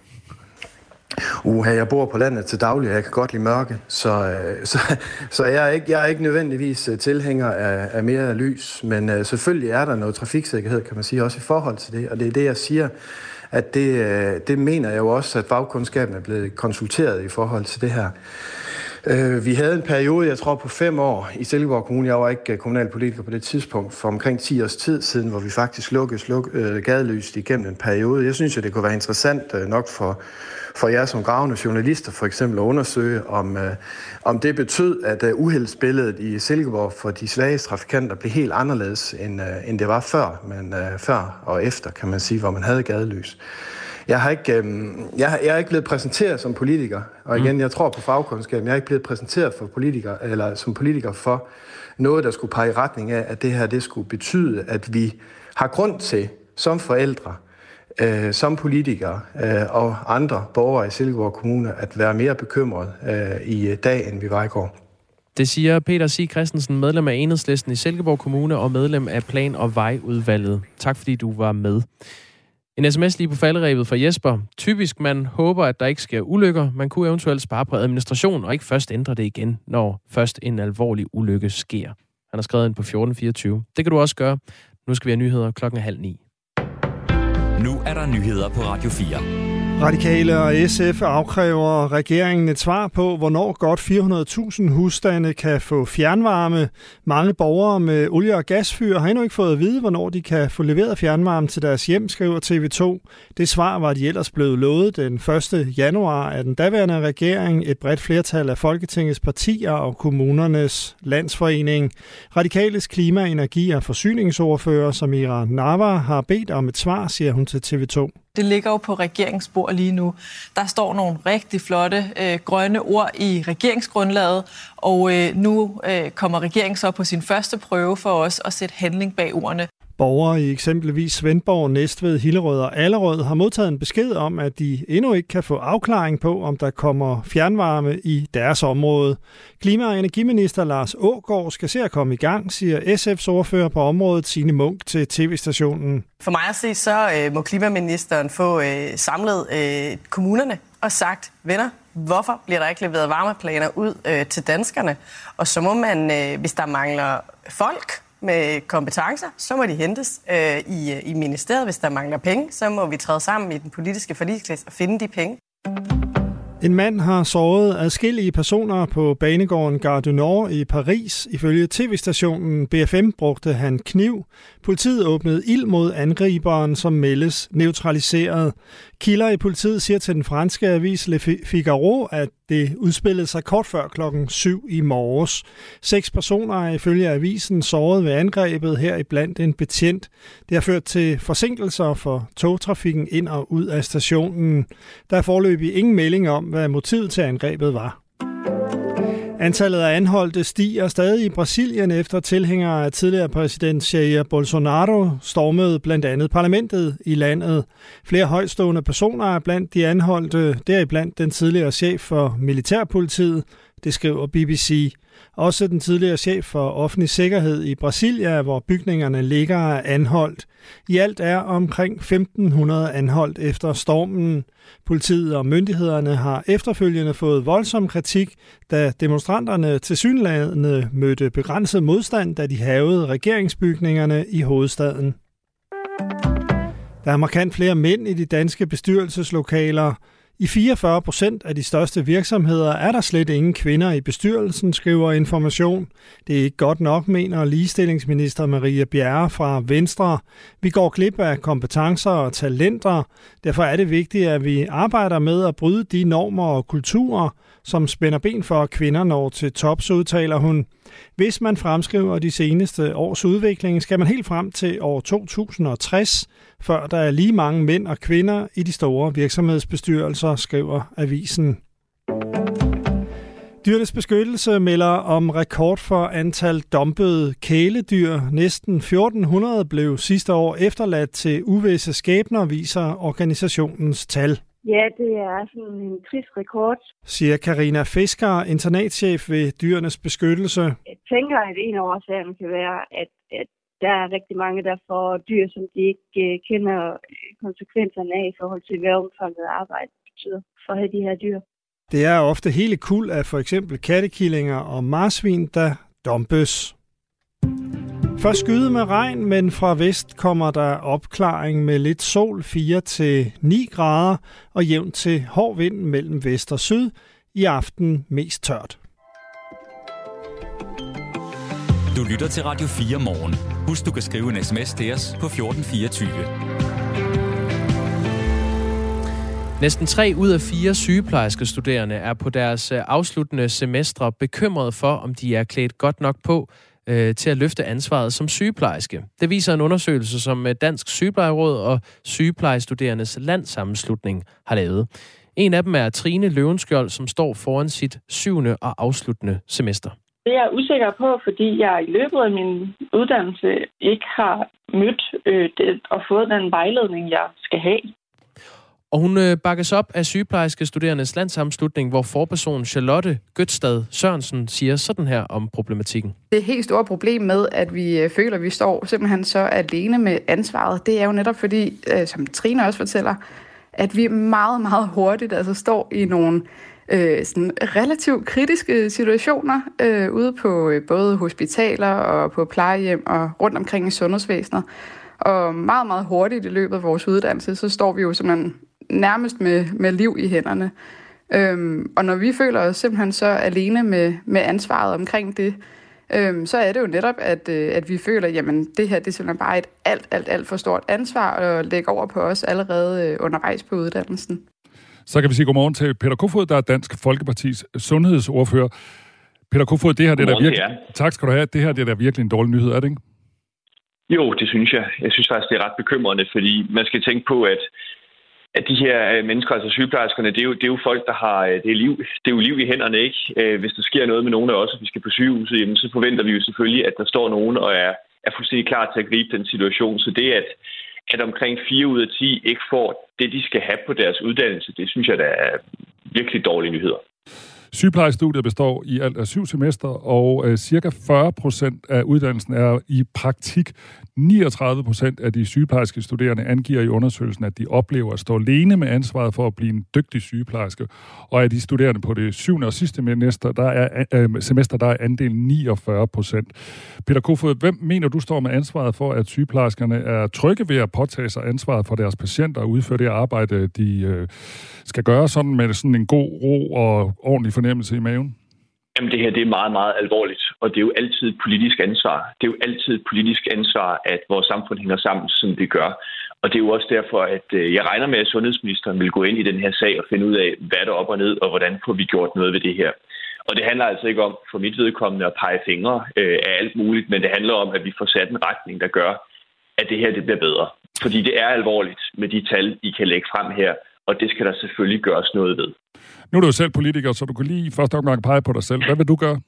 Uha, jeg bor på landet til daglig, og jeg kan godt lide mørke, så, så, så jeg, er ikke, jeg er ikke nødvendigvis tilhænger af, af mere lys, men uh, selvfølgelig er der noget trafiksikkerhed, kan man sige, også i forhold til det, og det er det, jeg siger, at det, det mener jeg jo også, at fagkundskaben er blevet konsulteret i forhold til det her. Uh, vi havde en periode, jeg tror på fem år i Silkeborg Kommune, jeg var ikke kommunalpolitiker på det tidspunkt, for omkring ti års tid siden, hvor vi faktisk lukkede sluk, uh, gadelyst igennem en periode. Jeg synes jo, det kunne være interessant uh, nok for for jer som gravende journalister for eksempel at undersøge, om, øh, om det betød, at uh, uheldsbilledet i Silkeborg for de svage trafikanter blev helt anderledes, end, uh, end det var før, men uh, før og efter, kan man sige, hvor man havde gadelys. Jeg har ikke, øh, jeg, jeg er ikke blevet præsenteret som politiker, og igen, jeg tror på fagkundskab, men jeg er ikke blevet præsenteret for politiker, eller som politiker for noget, der skulle pege i retning af, at det her det skulle betyde, at vi har grund til, som forældre, øh, som politikere øh, og andre borgere i Silkeborg Kommune, at være mere bekymret øh, i dag, end vi var i går. Det siger Peter Sig Christensen, medlem af Enhedslisten i Silkeborg Kommune og medlem af Plan- og Vejudvalget. Tak fordi du var med. En sms lige på falderebet fra Jesper. Typisk man håber, at der ikke sker ulykker. Man kunne eventuelt spare på administration og ikke først ændre det igen, når først en alvorlig ulykke sker. Han har skrevet ind på fjorten fireogtyve. Det kan du også gøre. Nu skal vi have nyheder klokken halv ni. Nu er der nyheder på Radio fire. Radikale og S F afkræver regeringen et svar på, hvornår godt fire hundrede tusind husstande kan få fjernvarme. Mange borgere med olie- og gasfyr har endnu ikke fået at vide, hvornår de kan få leveret fjernvarme til deres hjem, skriver T V to. Det svar var de ellers blevet lovet den første januar af den daværende regering, et bredt flertal af Folketingets partier og kommunernes landsforening. Radikales klima-, energi- og forsyningsordfører Samira Nawa har bedt om et svar, siger hun til T V to. Det ligger jo på regeringsbord lige nu. Der står nogle rigtig flotte øh, grønne ord i regeringsgrundlaget, og øh, nu øh, kommer regeringen så på sin første prøve for os at sætte handling bag ordene. Borgere i eksempelvis Svendborg, Næstved, Hillerød og Allerød har modtaget en besked om, at de endnu ikke kan få afklaring på, om der kommer fjernvarme i deres område. Klima- og energiminister Lars Aagaard skal se at komme i gang, siger S F's ordfører på området Signe Munk til T V-stationen. For mig at se, så øh, må klimaministeren få øh, samlet øh, kommunerne og sagt, venner, hvorfor bliver der ikke leveret varmeplaner ud øh, til danskerne? Og så må man, øh, hvis der mangler folk med kompetencer, så må de hentes øh, i, i ministeriet. Hvis der mangler penge, så må vi træde sammen i den politiske forligskreds og finde de penge. En mand har såret adskillige personer på banegården Gare du Nord i Paris. Ifølge T V-stationen B F M brugte han kniv. Politiet åbnede ild mod angriberen, som meldes neutraliseret. Kilder i politiet siger til den franske avis Le Figaro, at det udspillede sig kort før klokken syv i morges. Seks personer er ifølge avisen såret ved angrebet, her iblandt en betjent. Det har ført til forsinkelser for togtrafikken ind og ud af stationen. Der er foreløbig ingen melding om, hvad motivet til angrebet var. Antallet af anholdte stiger stadig i Brasilien efter tilhængere af tidligere præsident Jair Bolsonaro stormede blandt andet parlamentet i landet. Flere højtstående personer er blandt de anholdte, deriblandt den tidligere chef for militærpolitiet, det skriver B B C. Også den tidligere chef for offentlig sikkerhed i Brasilia, hvor bygningerne ligger, er anholdt. I alt er omkring femten hundrede anholdt efter stormen. Politiet og myndighederne har efterfølgende fået voldsom kritik, da demonstranterne tilsyneladende mødte begrænset modstand, da de hærgede regeringsbygningerne i hovedstaden. Der er markant flere mænd i de danske bestyrelseslokaler. I fireogfyrre procent af de største virksomheder er der slet ingen kvinder i bestyrelsen, skriver Information. Det er ikke godt nok, mener ligestillingsminister Maria Bjerre fra Venstre. Vi går glip af kompetencer og talenter. Derfor er det vigtigt, at vi arbejder med at bryde de normer og kulturer, som spænder ben for, at kvinder når til tops, udtaler hun. Hvis man fremskriver de seneste års udvikling, skal man helt frem til år to tusind og tres, før der er lige mange mænd og kvinder i de store virksomhedsbestyrelser, skriver avisen. Dyrenes Beskyttelse melder om rekord for antal dumpede kæledyr. Næsten fjorten hundrede blev sidste år efterladt til uvisse skæbner, viser organisationens tal. Ja, det er sådan en trist rekord, siger Karina Fisker, internatchef ved Dyrenes Beskyttelse. Jeg tænker, at en af årsagerne kan være, at, at der er rigtig mange, der får dyr, som de ikke uh, kender konsekvenserne af i forhold til, hvad omfanget arbejde betyder for at have de her dyr. Det er ofte hele kuld af for eksempel kattekillinger og marsvin, der dumpes. Først skyde med regn, men fra vest kommer der opklaring med lidt sol, fire til ni grader, og jævnt til hård vind mellem vest og syd. I aften mest tørt. Du lytter til Radio fire morgen. Husk, du kan skrive en sms til os på fjorten fireogtyve. Næsten tre ud af fire sygeplejerskestuderende er på deres afsluttende semestre bekymrede for, om de er klædt godt nok på øh, til at løfte ansvaret som sygeplejerske. Det viser en undersøgelse, som Dansk Sygeplejeråd og Sygeplejestuderendes Landssammenslutning har lavet. En af dem er Trine Løvenskjold, som står foran sit syvende og afsluttende semester. Det er jeg usikker på, fordi jeg i løbet af min uddannelse ikke har mødt øh, det, og fået den vejledning, jeg skal have. Og hun øh, bakkes op af Sygeplejerske Studerendes Landssammenslutning, hvor forperson Charlotte Gøtstad Sørensen siger sådan her om problematikken. Det helt store problem med, at vi øh, føler, at vi står simpelthen så alene med ansvaret, det er jo netop fordi, øh, som Trine også fortæller, at vi meget, meget hurtigt altså står i nogle øh, sådan relativt kritiske situationer øh, ude på øh, både hospitaler og på plejehjem og rundt omkring i sundhedsvæsenet. Og meget, meget hurtigt i løbet af vores uddannelse, så står vi jo simpelthen nærmest med, med liv i hænderne. Øhm, og når vi føler os simpelthen så alene med, med ansvaret omkring det, øhm, så er det jo netop, at, øh, at vi føler, jamen det her det er simpelthen bare et alt, alt, alt for stort ansvar at lægge over på os allerede øh, undervejs på uddannelsen. Så kan vi sige godmorgen til Peter Kofod, der er Dansk Folkepartis sundhedsordfører. Peter Kofod, det her det er der virkelig... Tak skal du have. Det her det er der virkelig en dårlig nyhed, er det ikke? Jo, det synes jeg. Jeg synes faktisk, det er ret bekymrende, fordi man skal tænke på, at, at de her mennesker, altså sygeplejerskerne, det er, jo, det er jo folk, der har det er liv, det er jo liv i hænderne, ikke? Hvis der sker noget med nogen af os, og vi skal på sygehuset, jamen, så forventer vi jo selvfølgelig, at der står nogen og er, er fuldstændig klar til at gribe den situation. Så det, at, at omkring fire ud af ti ikke får det, de skal have på deres uddannelse, det synes jeg, der er virkelig dårlige nyheder. Sygeplejestudiet består i alt af syv semester, og øh, cirka fyrre procent af uddannelsen er i praktik. niogtredive procent af de sygeplejerske studerende angiver i undersøgelsen, at de oplever at stå alene med ansvaret for at blive en dygtig sygeplejerske. Og af de studerende på det syvende og sidste semester, der er, øh, semester, der er andelen niogfyrre procent. Peter Kofod, hvem mener du står med ansvaret for, at sygeplejerskerne er trygge ved at påtage sig ansvaret for deres patienter og udføre det arbejde, de øh, skal gøre sådan med sådan en god ro og ordentlig fornemmelse i maven? Jamen det her, det er meget, meget alvorligt, og det er jo altid et politisk ansvar. Det er jo altid et politisk ansvar, at vores samfund hænger sammen, som det gør. Og det er jo også derfor, at jeg regner med, at sundhedsministeren vil gå ind i den her sag og finde ud af, hvad der er op og ned, og hvordan får vi gjort noget ved det her. Og det handler altså ikke om, for mit vedkommende, at pege fingre øh, af alt muligt, men det handler om, at vi får sat en retning, der gør, at det her det bliver bedre. Fordi det er alvorligt med de tal, I kan lægge frem her, og det skal der selvfølgelig gøres noget ved. Nu er du jo selv politiker, så du kan lige først omgang pege på dig selv. Hvad vil du gøre?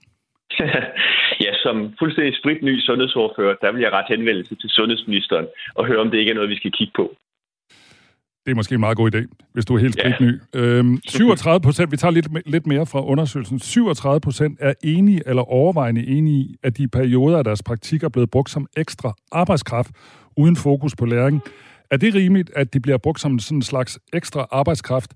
Ja, som fuldstændig spritny sundhedsordfører, der vil jeg ret henvendelse til sundhedsministeren og høre, om det ikke er noget, vi skal kigge på. Det er måske en meget god idé, hvis du er helt spritny. Ja. Øhm, syvogtredive procent, vi tager lidt, lidt mere fra undersøgelsen, syvogtredive procent er enige eller overvejende enige i, at de i perioder af deres praktik er blevet brugt som ekstra arbejdskraft uden fokus på læring. Er det rimeligt, at de bliver brugt som sådan en slags ekstra arbejdskraft?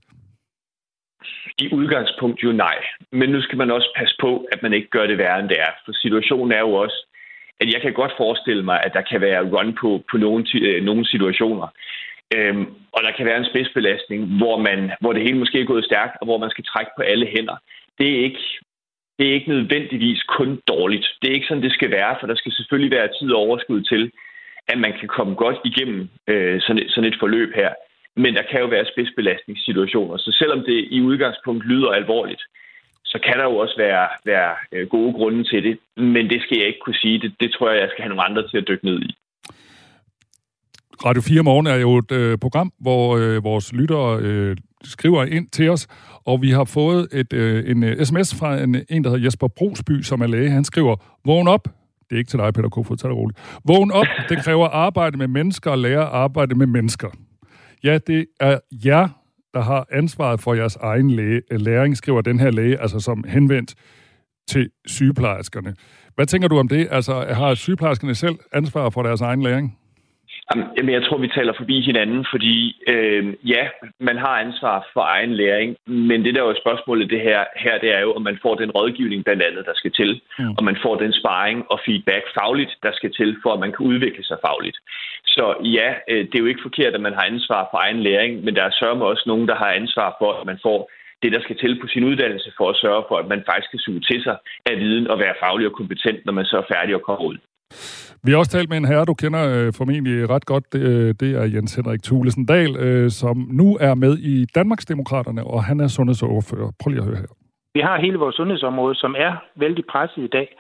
I udgangspunkt jo nej. Men nu skal man også passe på, at man ikke gør det værre, end det er. For situationen er jo også, at jeg kan godt forestille mig, at der kan være run på, på nogle, øh, nogle situationer. Øhm, og der kan være en spidsbelastning, hvor, man, hvor det hele måske er gået stærkt, og hvor man skal trække på alle hænder. Det er ikke, det er ikke nødvendigvis kun dårligt. Det er ikke sådan, det skal være, for der skal selvfølgelig være tid og overskud til, at man kan komme godt igennem øh, sådan, et, sådan et forløb her. Men der kan jo være spidsbelastningssituationer. Så selvom det i udgangspunkt lyder alvorligt, så kan der jo også være, være gode grunde til det. Men det skal jeg ikke kunne sige. Det, det tror jeg, jeg skal have nogle andre til at dykke ned i. Radio fire Morgen er jo et øh, program, hvor øh, vores lyttere øh, skriver ind til os, og vi har fået et, øh, en uh, sms fra en, en, der hedder Jesper Brosby, som er læge. Han skriver, vågn op. Det er ikke til dig, Peter Kofod, tag det roligt. Vågn op. Det kræver arbejde med mennesker og lære at arbejde med mennesker. Ja, det er jer, der har ansvaret for jeres egen læge, læring, skriver den her læge, altså som henvendt til sygeplejerskerne. Hvad tænker du om det? Altså, har sygeplejerskerne selv ansvar for deres egen læring? Jamen, jeg tror, vi taler forbi hinanden, fordi øh, ja, man har ansvar for egen læring, men det der er jo spørgsmålet det her, her, det er jo, om man får den rådgivning blandt andet, der skal til, mm. og man får den sparring og feedback fagligt, der skal til, for at man kan udvikle sig fagligt. Så ja, det er jo ikke forkert, at man har ansvar for egen læring, men der er sørme også nogen, der har ansvar for, at man får det, der skal til på sin uddannelse, for at sørge for, at man faktisk kan suge til sig af viden og være faglig og kompetent, når man så er færdig og kommer ud. Vi har også talt med en herre, du kender øh, formentlig ret godt. Det, det er Jens Henrik Thulesen Dahl, øh, som nu er med i Danmarksdemokraterne, og han er sundhedsordfører. Prøv lige at høre her. Vi har hele vores sundhedsområde, som er vældig presset i dag.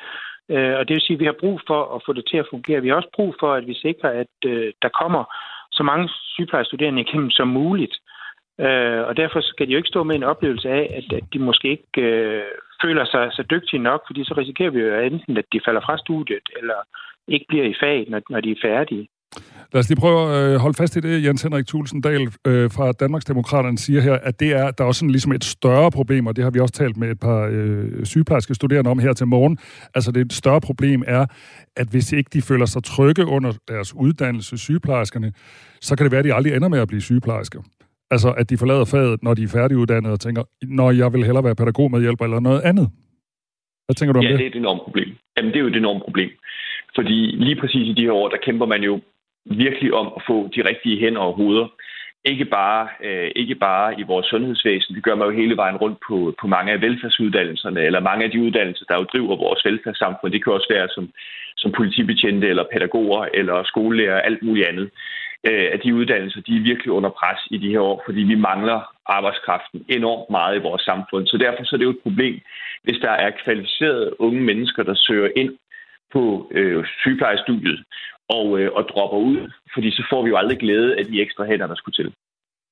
Øh, og det vil sige, at vi har brug for at få det til at fungere. Vi har også brug for, at vi sikrer, at øh, der kommer så mange sygeplejestuderende igennem som muligt. Øh, og derfor skal de jo ikke stå med en oplevelse af, at, at de måske ikke øh, føler sig så dygtige nok, fordi så risikerer vi jo enten, at de falder fra studiet, eller ikke bliver i faget, når, når de er færdige. Lad os lige prøve at holde fast i det, Jens Henrik Thulesen Dahl øh, fra Danmarksdemokraterne siger her, at det er, der er også sådan ligesom et større problem, og det har vi også talt med et par øh, sygeplejerske studerende om her til morgen. Altså det et større problem er, at hvis ikke de føler sig trygge under deres uddannelse, sygeplejerskerne, så kan det være, at de aldrig ender med at blive sygeplejersker. Altså at de forlader faget, når de er færdiguddannede og tænker, når jeg vil hellere være pædagogmedhjælper eller noget andet. Hvad tænker du om ja, det? Ja, det er et enormt problem. Jamen det er jo et enormt problem. Fordi lige præcis i de her år, der kæmper man jo virkelig om at få de rigtige hænder og hoveder. Ikke bare, øh, ikke bare i vores sundhedsvæsen. Det gør man jo hele vejen rundt på, på mange af velfærdsuddannelserne, eller mange af de uddannelser, der jo driver vores velfærdssamfund. Det kan også være som, som politibetjente, eller pædagoger, eller skolelærer, alt muligt andet. Øh, at de uddannelser, de er virkelig under pres i de her år, fordi vi mangler arbejdskraften enormt meget i vores samfund. Så derfor så er det jo et problem, hvis der er kvalificerede unge mennesker, der søger ind på øh, sygeplejestudiet, Og, øh, og dropper ud, fordi så får vi jo aldrig glæde af de ekstra hænder, der skulle til.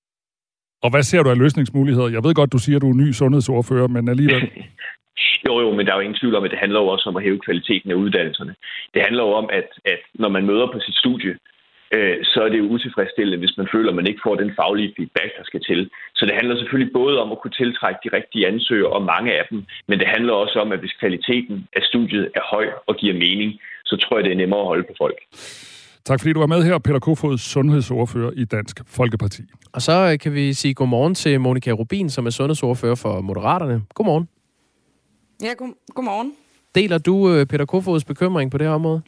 Og hvad ser du af løsningsmuligheder? Jeg ved godt, du siger, at du er ny sundhedsordfører, men alligevel... jo, jo, men der er jo ingen tvivl om, at det handler jo også om at hæve kvaliteten af uddannelserne. Det handler jo om, at, at når man møder på sit studie, øh, så er det jo utilfredsstillende, hvis man føler, at man ikke får den faglige feedback, der skal til. Så det handler selvfølgelig både om at kunne tiltrække de rigtige ansøgere, og mange af dem, men det handler også om, at hvis kvaliteten af studiet er høj og giver mening, så tror jeg, det er nemmere at holde på folk. Tak fordi du var med her, Peter Kofod, sundhedsordfører i Dansk Folkeparti. Og så kan vi sige godmorgen til Monika Rubin, som er sundhedsordfører for Moderaterne. Godmorgen. Ja, god, godmorgen. Deler du Peter Kofods bekymring på det her område?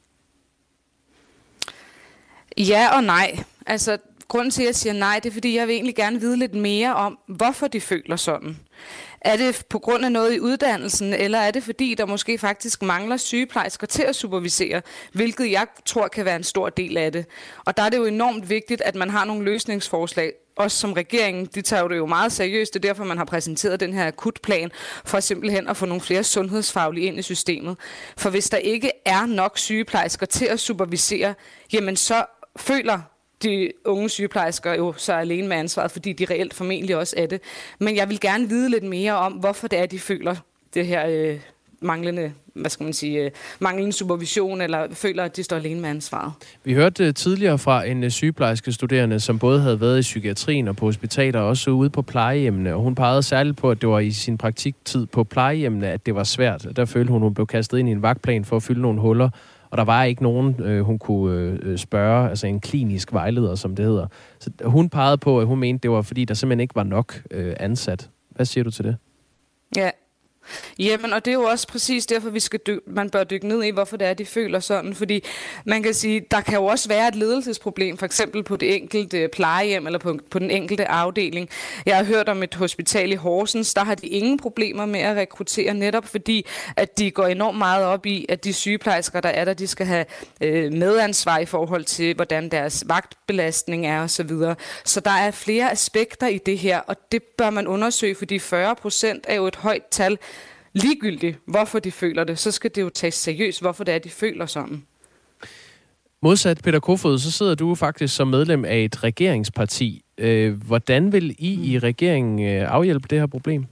Ja og nej. Altså, grunden til, at jeg siger nej, det er, fordi jeg vil egentlig gerne vide lidt mere om, hvorfor de føler sådan. Er det på grund af noget i uddannelsen, eller er det fordi, der måske faktisk mangler sygeplejersker til at supervisere, hvilket jeg tror kan være en stor del af det. Og der er det jo enormt vigtigt, at man har nogle løsningsforslag. Også som regeringen, de tager jo det jo meget seriøst. Det er derfor, man har præsenteret den her akutplan, for simpelthen at få nogle flere sundhedsfaglige ind i systemet. For hvis der ikke er nok sygeplejersker til at supervisere, jamen så føler de unge sygeplejersker jo så alene med ansvaret, fordi de reelt formentlig også er det. Men jeg vil gerne vide lidt mere om, hvorfor det er, de føler det her øh, manglende, hvad skal man sige, øh, manglende supervision, eller føler, at de står alene med ansvaret. Vi hørte tidligere fra en sygeplejerske studerende, som både havde været i psykiatrien og på hospitaler, og også ude på plejehjemmene, og hun pegede særligt på, at det var i sin praktiktid på plejehjemmene, at det var svært. Der følte hun, hun blev kastet ind i en vagtplan for at fylde nogle huller, og der var ikke nogen, øh, hun kunne øh, spørge, altså en klinisk vejleder, som det hedder. Så hun pegede på, at hun mente, det var fordi, der simpelthen ikke var nok øh, ansat. Hvad siger du til det? Ja, jamen, og det er jo også præcis derfor, vi skal dy- man bør dykke ned i, hvorfor det er, de føler sådan. Fordi man kan sige, der kan jo også være et ledelsesproblem, for eksempel på det enkelte plejehjem eller på, på den enkelte afdeling. Jeg har hørt om et hospital i Horsens, der har de ingen problemer med at rekruttere, netop fordi, at de går enormt meget op i, at de sygeplejersker, der er der, de skal have øh, medansvar i forhold til, hvordan deres vagtbelastning er osv. Så, så der er flere aspekter i det her, og det bør man undersøge, fordi fyrre procent er jo et højt tal. Ligegyldigt, hvorfor de føler det, så skal det jo tages seriøst, hvorfor det er, de føler sådan. Modsat Peter Kofod, så sidder du faktisk som medlem af et regeringsparti. Hvordan vil I i regeringen afhjælpe det her problem?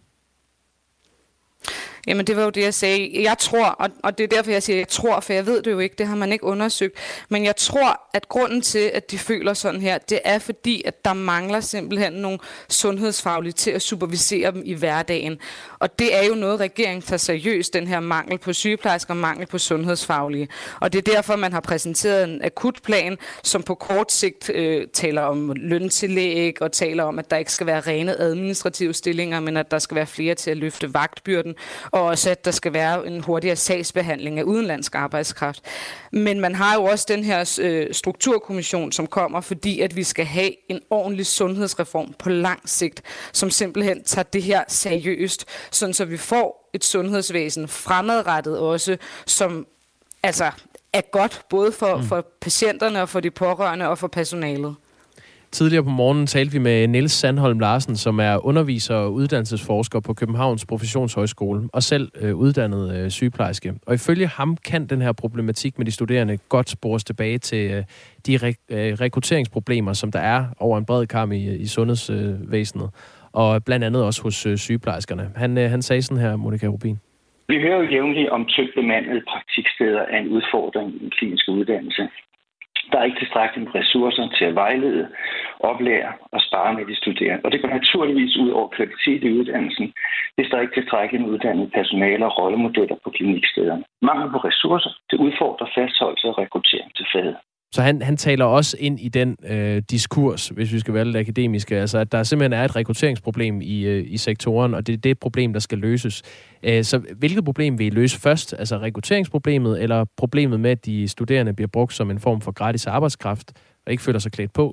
Jamen, det var jo det, jeg sagde. Jeg tror, og, og det er derfor, jeg siger, jeg tror, for jeg ved det jo ikke, det har man ikke undersøgt. Men jeg tror, at grunden til, at de føler sådan her, det er fordi, at der mangler simpelthen nogle sundhedsfaglige til at supervisere dem i hverdagen. Og det er jo noget, regeringen tager seriøst, den her mangel på sygeplejersker og mangel på sundhedsfaglige. Og det er derfor, man har præsenteret en akutplan, som på kort sigt øh, taler om løntillæg og taler om, at der ikke skal være rene administrative stillinger, men at der skal være flere til at løfte vagtbyrden, og også at der skal være en hurtigere sagsbehandling af udenlandsk arbejdskraft. Men man har jo også den her øh, strukturkommission, som kommer, fordi at vi skal have en ordentlig sundhedsreform på lang sigt, som simpelthen tager det her seriøst, sådan så vi får et sundhedsvæsen fremadrettet også, som altså er godt både for, mm. for patienterne og for de pårørende og for personalet. Tidligere på morgenen talte vi med Niels Sandholm Larsen, som er underviser og uddannelsesforsker på Københavns Professionshøjskole, og selv øh, uddannet øh, sygeplejerske. Og ifølge ham kan den her problematik med de studerende godt spores tilbage til øh, de re- øh, rekrutteringsproblemer, som der er over en bred kam i, i sundhedsvæsenet, øh, og blandt andet også hos øh, sygeplejerskerne. Han, øh, han sagde sådan her, Monika Rubin. Vi hører jo jævnligt om tyndt bemandede praktiksteder af en udfordring i den kliniske uddannelse. Der er ikke tilstrækkelige ressourcer til at vejlede, oplære og spare med de studerende. Og det går naturligvis ud over kvalitet i uddannelsen, hvis der er ikke tilstrækkeligt med uddannet personale og rollemodeller på klinikstederne. Mangel på ressourcer, det udfordrer fastholdelse og rekruttering til faget. Så han, han taler også ind i den øh, diskurs, hvis vi skal være lidt akademiske, altså at der simpelthen er et rekrutteringsproblem i, øh, i sektoren, og det er det problem, der skal løses. Æh, så hvilket problem vil I løse først? Altså rekrutteringsproblemet, eller problemet med, at de studerende bliver brugt som en form for gratis arbejdskraft, og ikke føler sig klædt på?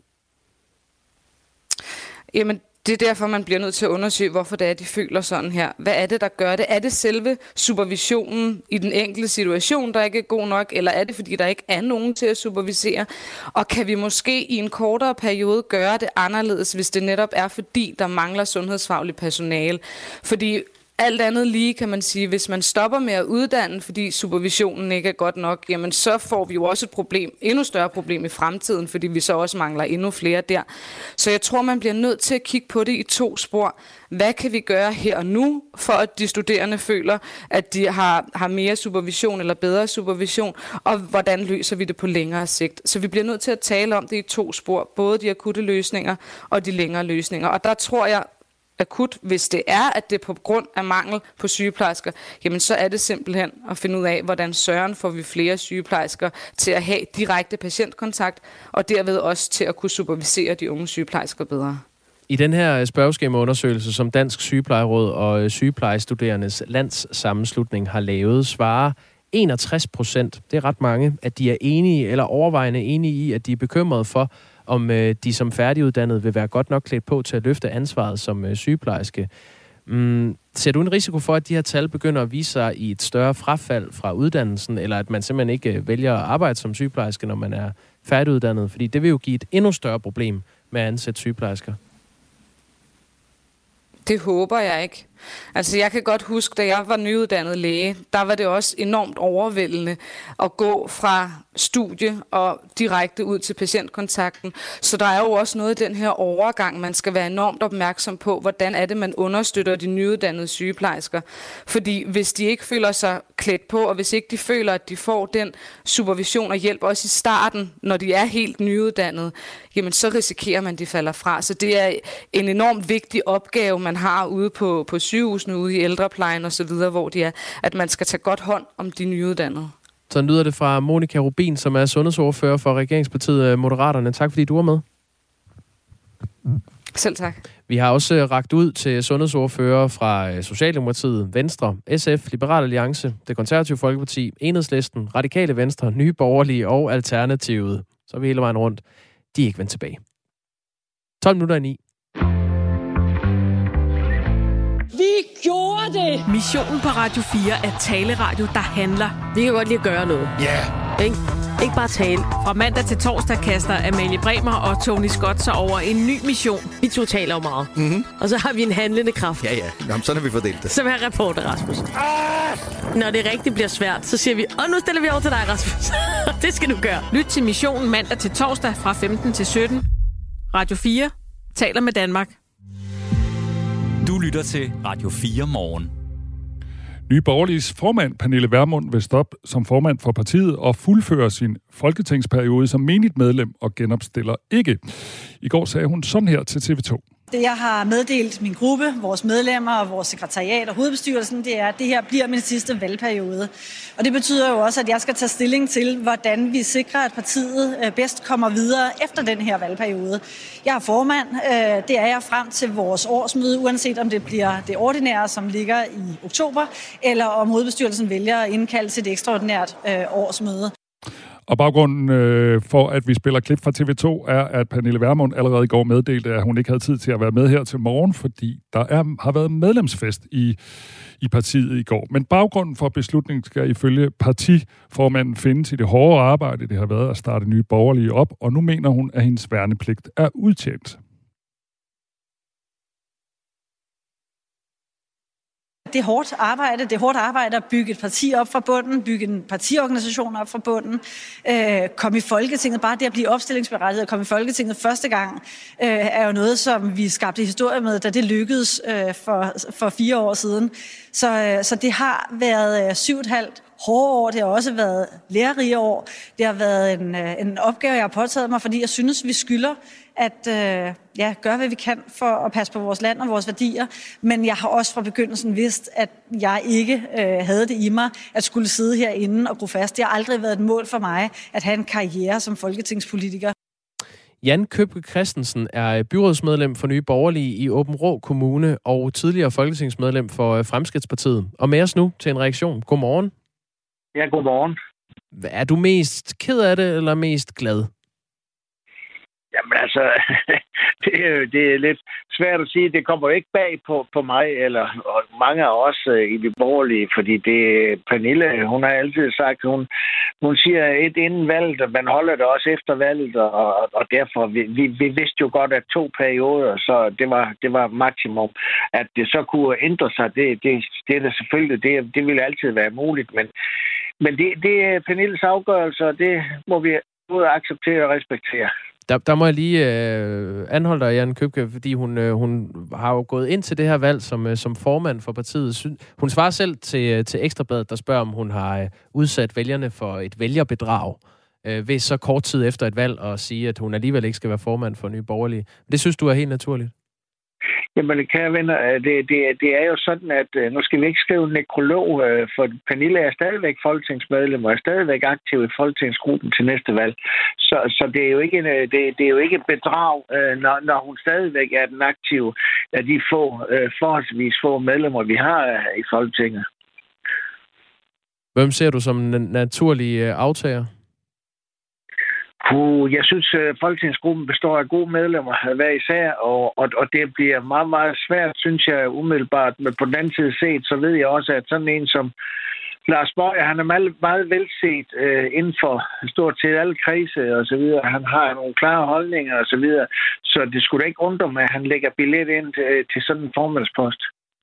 Jamen, det er derfor, man bliver nødt til at undersøge, hvorfor det er, de føler sådan her. Hvad er det, der gør det? Er det selve supervisionen i den enkelte situation, der ikke er god nok? Eller er det, fordi der ikke er nogen til at supervisere? Og kan vi måske i en kortere periode gøre det anderledes, hvis det netop er, fordi der mangler sundhedsfagligt personale? Fordi alt andet lige kan man sige, hvis man stopper med at uddanne, fordi supervisionen ikke er godt nok, jamen så får vi jo også et problem, endnu større problem i fremtiden, fordi vi så også mangler endnu flere der. Så jeg tror, man bliver nødt til at kigge på det i to spor. Hvad kan vi gøre her og nu, for at de studerende føler, at de har, har mere supervision eller bedre supervision, og hvordan løser vi det på længere sigt? Så vi bliver nødt til at tale om det i to spor, både de akutte løsninger og de længere løsninger. Og der tror jeg, akut, hvis det er, at det er på grund af mangel på sygeplejersker, jamen så er det simpelthen at finde ud af, hvordan søren får vi flere sygeplejersker til at have direkte patientkontakt, og derved også til at kunne supervisere de unge sygeplejersker bedre. I den her spørgeskemaundersøgelse, som Dansk Sygeplejeråd og Sygeplejestuderendes Landssammenslutning har lavet, svarer enogtres procent, det er ret mange, at de er enige eller overvejende enige i, at de er bekymrede for, om øh, de som færdiguddannede vil være godt nok klædt på til at løfte ansvaret som øh, sygeplejerske. Mm, ser du en risiko for, at de her tal begynder at vise sig i et større frafald fra uddannelsen, eller at man simpelthen ikke øh, vælger at arbejde som sygeplejerske, når man er færdiguddannet? Fordi det vil jo give et endnu større problem med at ansætte sygeplejersker. Det håber jeg ikke. Altså jeg kan godt huske, da jeg var nyuddannet læge, der var det også enormt overvældende at gå fra studie og direkte ud til patientkontakten. Så der er jo også noget i den her overgang, man skal være enormt opmærksom på, hvordan er det, man understøtter de nyuddannede sygeplejersker. Fordi hvis de ikke føler sig klædt på, og hvis ikke de føler, at de får den supervision og hjælp også i starten, når de er helt nyuddannede, jamen så risikerer man, at de falder fra. Så det er en enormt vigtig opgave, man har ude på, på sygehusene, ude i ældreplejen og så videre, hvor de er, at man skal tage godt hånd om de nyuddannede. Så lyder det fra Monika Rubin, som er sundhedsordfører for regeringspartiet Moderaterne. Tak fordi du var med. Selv tak. Vi har også rakt ud til sundhedsordfører fra Socialdemokratiet, Venstre, S F, Liberal Alliance, Det Konservative Folkeparti, Enhedslisten, Radikale Venstre, Nye Borgerlige og Alternativet. Så er vi hele vejen rundt. De er ikke vendt tilbage. tolv minutter i ni. Vi gjorde det! Missionen på Radio fire er taleradio, der handler. Vi kan godt lide at gøre noget. Ja. Yeah. Ikke? Ikke bare tale. Fra mandag til torsdag kaster Amalie Bremer og Tony Scott sig over en ny mission. Vi to taler jo meget. Mm-hmm. Og så har vi en handlende kraft. Ja, ja. Jamen, sådan har vi fordelt det. Som er reporter, Rasmus. Ah! Når det rigtig bliver svært, så siger vi, og nu stiller vi over til dig, Rasmus. Det skal du gøre. Lyt til missionen mandag til torsdag fra femten til sytten. Radio fire taler med Danmark. Du lytter til Radio fire morgen. Nye Borgerliges formand, Pernille Vermund, vil stoppe som formand for partiet og fuldføre sin folketingsperiode som menigt medlem og genopstiller ikke. I går sagde hun sådan her til T V to. Det, jeg har meddelt min gruppe, vores medlemmer og vores sekretariat og hovedbestyrelsen, det er, at det her bliver min sidste valgperiode. Og det betyder jo også, at jeg skal tage stilling til, hvordan vi sikrer, at partiet bedst kommer videre efter den her valgperiode. Jeg er formand. Det er jeg frem til vores årsmøde, uanset om det bliver det ordinære, som ligger i oktober, eller om hovedbestyrelsen vælger at indkalde til et ekstraordinært årsmøde. Og baggrunden øh, for, at vi spiller klip fra T V to, er, at Pernille Vermund allerede i går meddelte, at hun ikke havde tid til at være med her til morgen, fordi der er, har været medlemsfest i, i partiet i går. Men baggrunden for beslutningen skal ifølge partiformanden findes i det hårde arbejde, det har været at starte Nye Borgerlige op, og nu mener hun, at hendes værnepligt er udtjent. Det er hårdt arbejde. Det er hårdt arbejde at bygge et parti op fra bunden, bygge en partiorganisation op fra bunden, øh, komme i Folketinget. Bare det at blive opstillingsberettiget og komme i Folketinget første gang, øh, er jo noget, som vi skabte historie med, da det lykkedes øh, for, for fire år siden. Så, øh, så det har været øh, syv og et halvt hårde år. Det har også været lærerige år. Det har været en, øh, en opgave, jeg har påtaget mig, fordi jeg synes, vi skylder at øh, ja, gøre, hvad vi kan for at passe på vores land og vores værdier. Men jeg har også fra begyndelsen vidst, at jeg ikke øh, havde det i mig at skulle sidde herinde og gro fast. Det har aldrig været et mål for mig at have en karriere som folketingspolitiker. Jan Købke Christensen er byrådsmedlem for Nye Borgerlige i Aabenraa Kommune og tidligere folketingsmedlem for Fremskridtspartiet. Og med os nu til en reaktion. Godmorgen. Ja, godmorgen. Er du mest ked af det, eller mest glad? Jamen altså, det er, det er lidt svært at sige. Det kommer jo ikke bag på, på mig, eller og mange af os uh, i de borgerlige, fordi det Pernille, hun har altid sagt, hun, hun siger et inden valget, og man holder det også efter valget, og, og derfor, vi, vi, vi vidste jo godt, at to perioder, så det var, det var maksimum. At det så kunne ændre sig, det, det, det er da selvfølgelig, det, det ville altid være muligt, men, men det, det er Pernilles afgørelse, og det må vi både acceptere og respektere. Der, der må jeg lige øh, anholde dig, Jan Købke, fordi hun, øh, hun har jo gået ind til det her valg som, øh, som formand for partiet. Hun svarer selv til, til Ekstrabladet, der spørger, om hun har øh, udsat vælgerne for et vælgerbedrag øh, ved så kort tid efter et valg og sige, at hun alligevel ikke skal være formand for Nye Borgerlige. Det synes du er helt naturligt? Jamen, kære venner, det, det, det er jo sådan, at nu skal vi ikke skrive en nekrolog, for Pernille er stadigvæk folketingsmedlem og er stadigvæk aktiv i folketingsgruppen til næste valg. Så, så det er jo ikke det, det er jo ikke et bedrag, når, når hun stadigvæk er den aktive af de få, forholdsvis få medlemmer, vi har i Folketinget. Hvem ser du som en naturlig aftager? Jeg synes, at folketingsgruppen består af gode medlemmer hver især, og, og, og det bliver meget, meget svært, synes jeg, umiddelbart. Men på den anden side set, så ved jeg også, at sådan en som Lars Bøje, han er meget, meget velset øh, inden for stort set alle kredse og så videre. Han har nogle klare holdninger og så videre. Så det skulle da ikke undre mig, at han lægger billet ind til, til sådan en formandspost.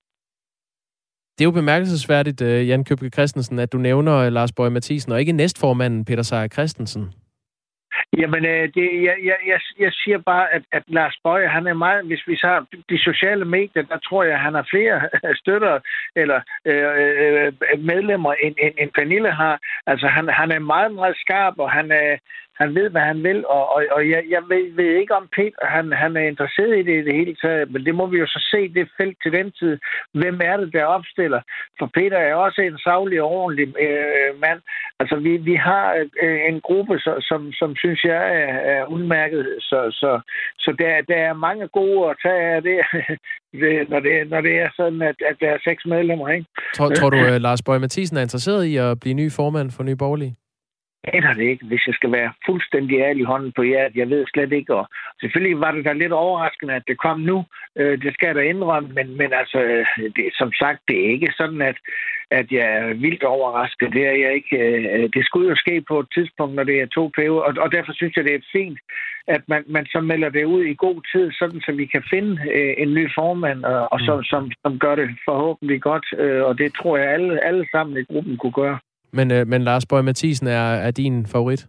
Det er jo bemærkelsesværdigt, Jan Købke Christensen, at du nævner Lars Boje Mathiesen og ikke næstformanden Peter Seier Christensen. Jamen, det, jeg, jeg, jeg siger bare, at, at Lars Bøje, han er meget, hvis vi har de sociale medier, der tror jeg, at han har flere støtter eller øh, medlemmer, end, end, end Pernille har. Altså, han, han er meget, meget skarp, og han er, han ved, hvad han vil, og, og, og jeg, jeg ved, ved ikke om Peter, han, han er interesseret i det i det hele taget, men det må vi jo så se, det felt til den tid. Hvem er det, der opstiller? For Peter er også en saglig og ordentlig øh, mand. Altså, vi, vi har øh, en gruppe, så, som, som synes jeg er, er udmærket, så, så, så der, der er mange gode at tage af det, når, det når det er sådan, at, at der er seks medlemmer, ikke? Tror, tror du, at Lars Boje Mathiesen er interesseret i at blive ny formand for Nye Borgerlige? Jeg aner det ikke, hvis jeg skal være fuldstændig ærlig i hånden på jer. Jeg ved slet ikke, og selvfølgelig var det da lidt overraskende, at det kom nu. Det skal jeg da indrømme, men, men altså, det, som sagt, det er ikke sådan, at, at jeg er vildt overrasket. Det er jeg ikke. Det skulle jo ske på et tidspunkt, når det er to perioder, og, og derfor synes jeg, det er fint, at man, man så melder det ud i god tid, sådan så vi kan finde en ny formand, og, og som, som, som gør det forhåbentlig godt, og det tror jeg, alle, alle sammen i gruppen kunne gøre. Men, øh, men Lars Boje Mathiesen er, er din favorit?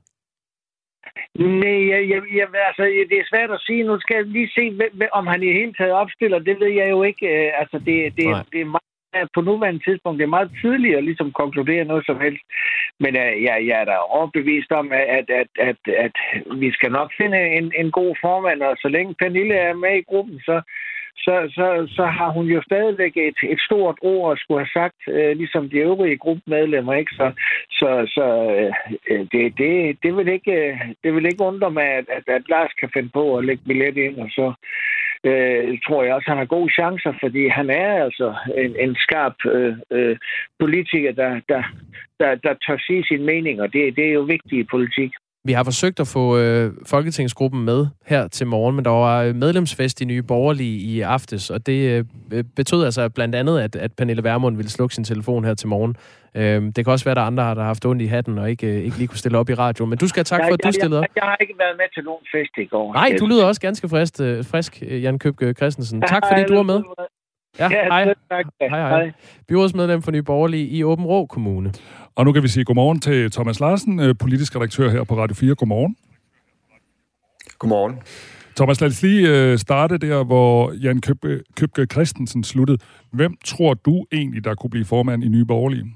Nej, jeg, jeg, jeg, altså, det er svært at sige. Nu skal jeg lige se, om han i hele taget opstiller. Det ved jeg jo ikke. Altså, det, det, det er meget, på nuværende tidspunkt, det er meget tidligt at ligesom konkludere noget som helst. Men uh, jeg, jeg er da overbevist om, at, at, at, at vi skal nok finde en, en god formand, og så længe Pernille er med i gruppen, så Så, så, så har hun jo stadigvæk et, et stort ord at skulle have sagt, øh, ligesom de øvrige gruppemedlemmer, ikke? Så, så, så øh, det, det, det, vil ikke, det vil ikke undre mig, at, at, at Lars kan finde på at lægge billet ind, og så øh, tror jeg også, han har gode chancer, fordi han er altså en, en skarp øh, øh, politiker, der, der, der, der tør sige sin mening, og det, det er jo vigtigt i politik. Vi har forsøgt at få øh, Folketingsgruppen med her til morgen, men der var medlemsfest i Nye Borgerlige i aftes, og det øh, betød altså blandt andet, at, at Pernille Vermund ville slukke sin telefon her til morgen. Øh, det kan også være, at der er andre, der har haft ondt i hatten og ikke, øh, ikke lige kunne stille op i radio, men du skal have tak for, at du stillede op. Jeg, jeg, jeg har ikke været med til nogen fest i går. Nej, du lyder også ganske frisk, øh, frisk Jan Købke Christensen. Tak fordi du var med. Ja, hej. Tak. Hej, hej. Byrådsmedlem for Nye Borgerlige i Aabenraa Kommune. Og nu kan vi sige godmorgen til Thomas Larsen, politisk redaktør her på Radio fire. Godmorgen. Godmorgen. Thomas, lad os lige starte der, hvor Jan Købke, Købke Christensen sluttede. Hvem tror du egentlig, der kunne blive formand i Nye Borgerlige?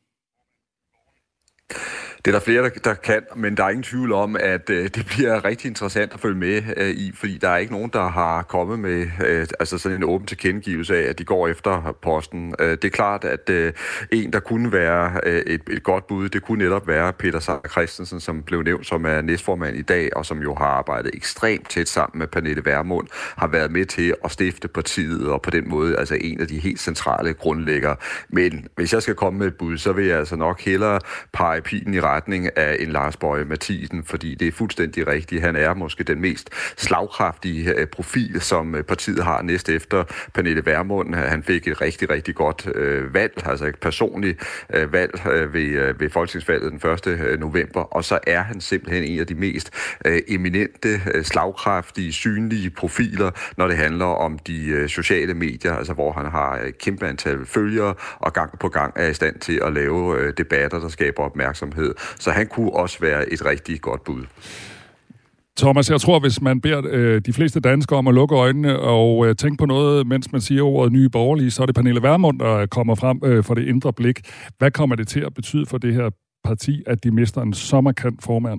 Det er der flere, der, der kan, men der er ingen tvivl om, at øh, det bliver rigtig interessant at følge med øh, i, fordi der er ikke nogen, der har kommet med øh, altså sådan en åben tilkendegivelse af, at de går efter posten. Øh, det er klart, at øh, en, der kunne være øh, et, et godt bud, det kunne netop være Peter Seier Christensen, som blev nævnt som er næstformand i dag, og som jo har arbejdet ekstremt tæt sammen med Pernille Vermund, har været med til at stifte partiet, og på den måde altså en af de helt centrale grundlæggere. Men hvis jeg skal komme med et bud, så vil jeg altså nok hellere pege pilen i retning af en Lars Boje Mathiesen, fordi det er fuldstændig rigtigt. Han er måske den mest slagkraftige profil, som partiet har næst efter Pernille Vermund. Han fik et rigtig, rigtig godt øh, valg, altså et personligt øh, valg øh, ved, øh, ved folketingsvalget den første november, og så er han simpelthen en af de mest øh, eminente, øh, slagkraftige, synlige profiler, når det handler om de øh, sociale medier, altså hvor han har et kæmpe antal følgere, og gang på gang er i stand til at lave øh, debatter, der skaber opmærksomhed. Så han kunne også være et rigtig godt bud. Thomas, jeg tror, hvis man beder øh, de fleste danskere om at lukke øjnene og øh, tænke på noget, mens man siger ordet Nye Borgerlige, så er det Pernille Vermund, der kommer frem øh, for det indre blik. Hvad kommer det til at betyde for det her parti, at de mister en så markant formand?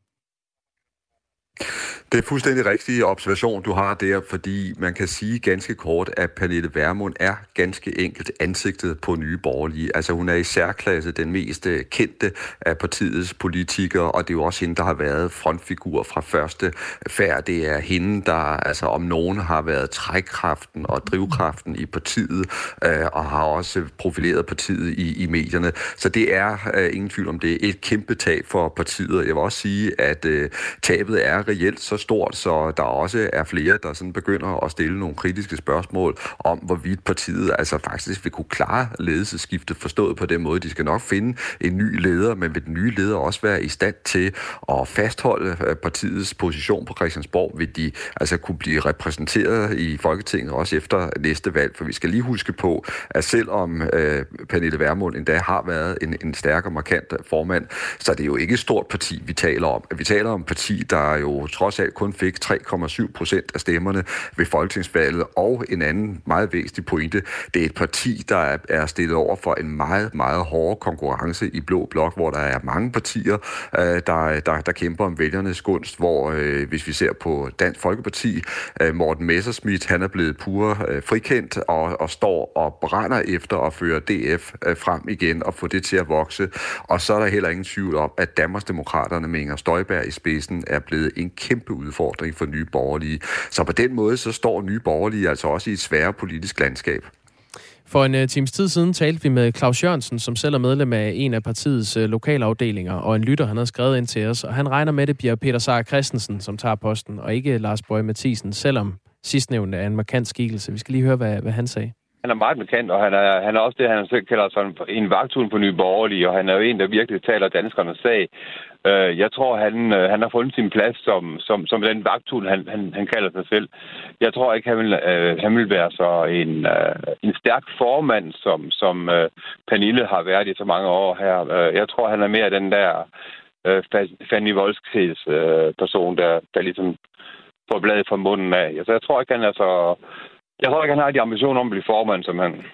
Det er fuldstændig rigtig observation, du har der, fordi man kan sige ganske kort, at Pernille Vermund er ganske enkelt ansigtet på Nye Borgerlige. Altså hun er i særklasse den mest kendte af partiets politikere, og det er jo også hende, der har været frontfigur fra første færd. Det er hende, der altså om nogen har været trækkraften og drivkraften i partiet, øh, og har også profileret partiet i, i medierne. Så det er øh, ingen tvivl om det. Et kæmpe tab for partiet. Jeg vil også sige, at øh, tabet er reelt så stort, så der også er flere, der sådan begynder at stille nogle kritiske spørgsmål om, hvorvidt partiet altså faktisk vil kunne klare ledelsesskiftet, forstået på den måde. De skal nok finde en ny leder, men vil den nye leder også være i stand til at fastholde partiets position på Christiansborg? Vil de altså kunne blive repræsenteret i Folketinget også efter næste valg? For vi skal lige huske på, at selvom øh, Pernille Vermund endda har været en, en stærk og markant formand, så er det jo ikke et stort parti, vi taler om. Vi taler om et parti, der jo trods alt kun fik tre komma syv procent af stemmerne ved folketingsvalget, og en anden meget væsentlig pointe, det er et parti, der er stillet over for en meget, meget hård konkurrence i Blå Blok, hvor der er mange partier, der, der, der kæmper om vælgernes gunst, hvor hvis vi ser på Dansk Folkeparti, Morten Messerschmidt, han er blevet pure frikendt og, og står og brænder efter at føre D F frem igen og få det til at vokse. Og så er der heller ingen tvivl om, at Danmarksdemokraterne med Inger Støjberg i spidsen er blevet en kæmpe udfordring for Nye Borgerlige. Så på den måde, så står Nye Borgerlige altså også i et sværere politisk landskab. For en uh, times tid siden talte vi med Claus Jørgensen, som selv er medlem af en af partiets uh, lokalafdelinger, og en lytter, han havde skrevet ind til os, og han regner med, det bliver Peter Seier Christensen, som tager posten, og ikke Lars Boje Mathiesen, selvom sidstnævnte er en markant skikkelse. Vi skal lige høre, hvad, hvad han sagde. Han er meget markant, og han er, han er også det, han selv kalder sådan en vagthund på Nye Borgerlige, og han er jo en, der virkelig taler danskernes sag. Uh, jeg tror, han, uh, han har fundet sin plads som, som, som den vagthund, han, han, han kalder sig selv. Jeg tror ikke, han vil, uh, han vil være så en, uh, en stærk formand, som, som uh, Pernille har været i så mange år her. Uh, jeg tror, han er mere den der uh, Fanny Volskeds uh, person, der, der ligesom får bladet fra munden af. Så jeg tror ikke, han er så... Jeg tror ikke, han har de ambitioner om at blive formand, som han...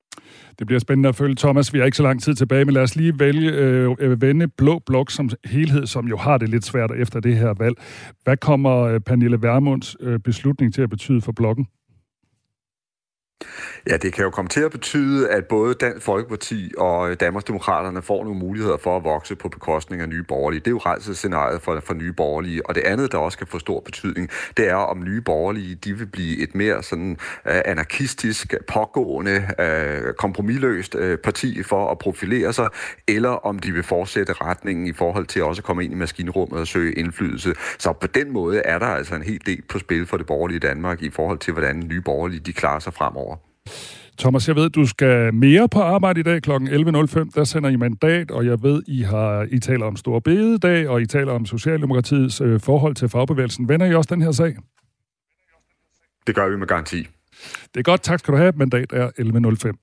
Det bliver spændende at følge, Thomas. Vi har ikke så lang tid tilbage, men lad os lige vælge øh, vende Blå Blok som helhed, som jo har det lidt svært efter det her valg. Hvad kommer øh, Pernille Vermunds øh, beslutning til at betyde for blokken? Ja, det kan jo komme til at betyde, at både Dansk Folkeparti og Danmarksdemokraterne får nogle muligheder for at vokse på bekostning af Nye Borgerlige. Det er jo rædselsscenariet for, for Nye Borgerlige. Og det andet, der også kan få stor betydning, det er, om Nye Borgerlige de vil blive et mere sådan uh, anarkistisk, pågående, uh, kompromisløst uh, parti for at profilere sig, eller om de vil fortsætte retningen i forhold til også at komme ind i maskinrummet og søge indflydelse. Så på den måde er der altså en hel del på spil for det borgerlige Danmark i forhold til, hvordan Nye Borgerlige de klarer sig fremover. Thomas, jeg ved, du skal mere på arbejde i dag klokken elleve nul fem. Der sender I mandat, og jeg ved, I har I taler om Store Bededag, og I taler om Socialdemokratiets øh, forhold til fagbevægelsen. Vender I også den her sag? Det gør vi med garanti. Det er godt. Tak skal du have. Mandat er elleve nul fem.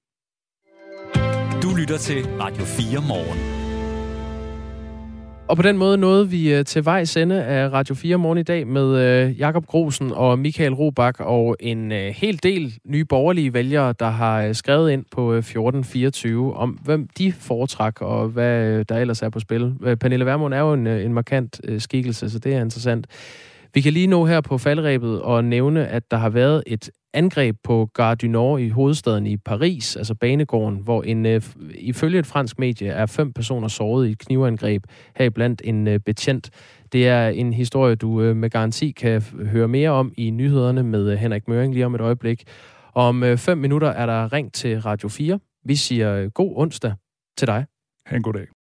Du lytter til Radio fire Morgen. Og på den måde nåede vi til vejs ende af Radio fire Morgen i dag med Jakob Grosen og Michael Robach og en hel del nye borgerlige vælgere, der har skrevet ind på fjorten fireogtyve om, hvem de foretræk og hvad der ellers er på spil. Pernille Vermund er jo en, en markant skikkelse, så det er interessant. Vi kan lige nå her på faldrebet og nævne, at der har været et angreb på Gare du Nord i hovedstaden i Paris, altså banegården, hvor en, øh, ifølge et fransk medie er fem personer såret i et knivangreb, heriblandt en øh, betjent. Det er en historie, du øh, med garanti kan høre mere om i nyhederne med øh, Henrik Møring lige om et øjeblik. Om øh, fem minutter er der ring til Radio fire. Vi siger øh, god onsdag til dig. Ha' en god dag.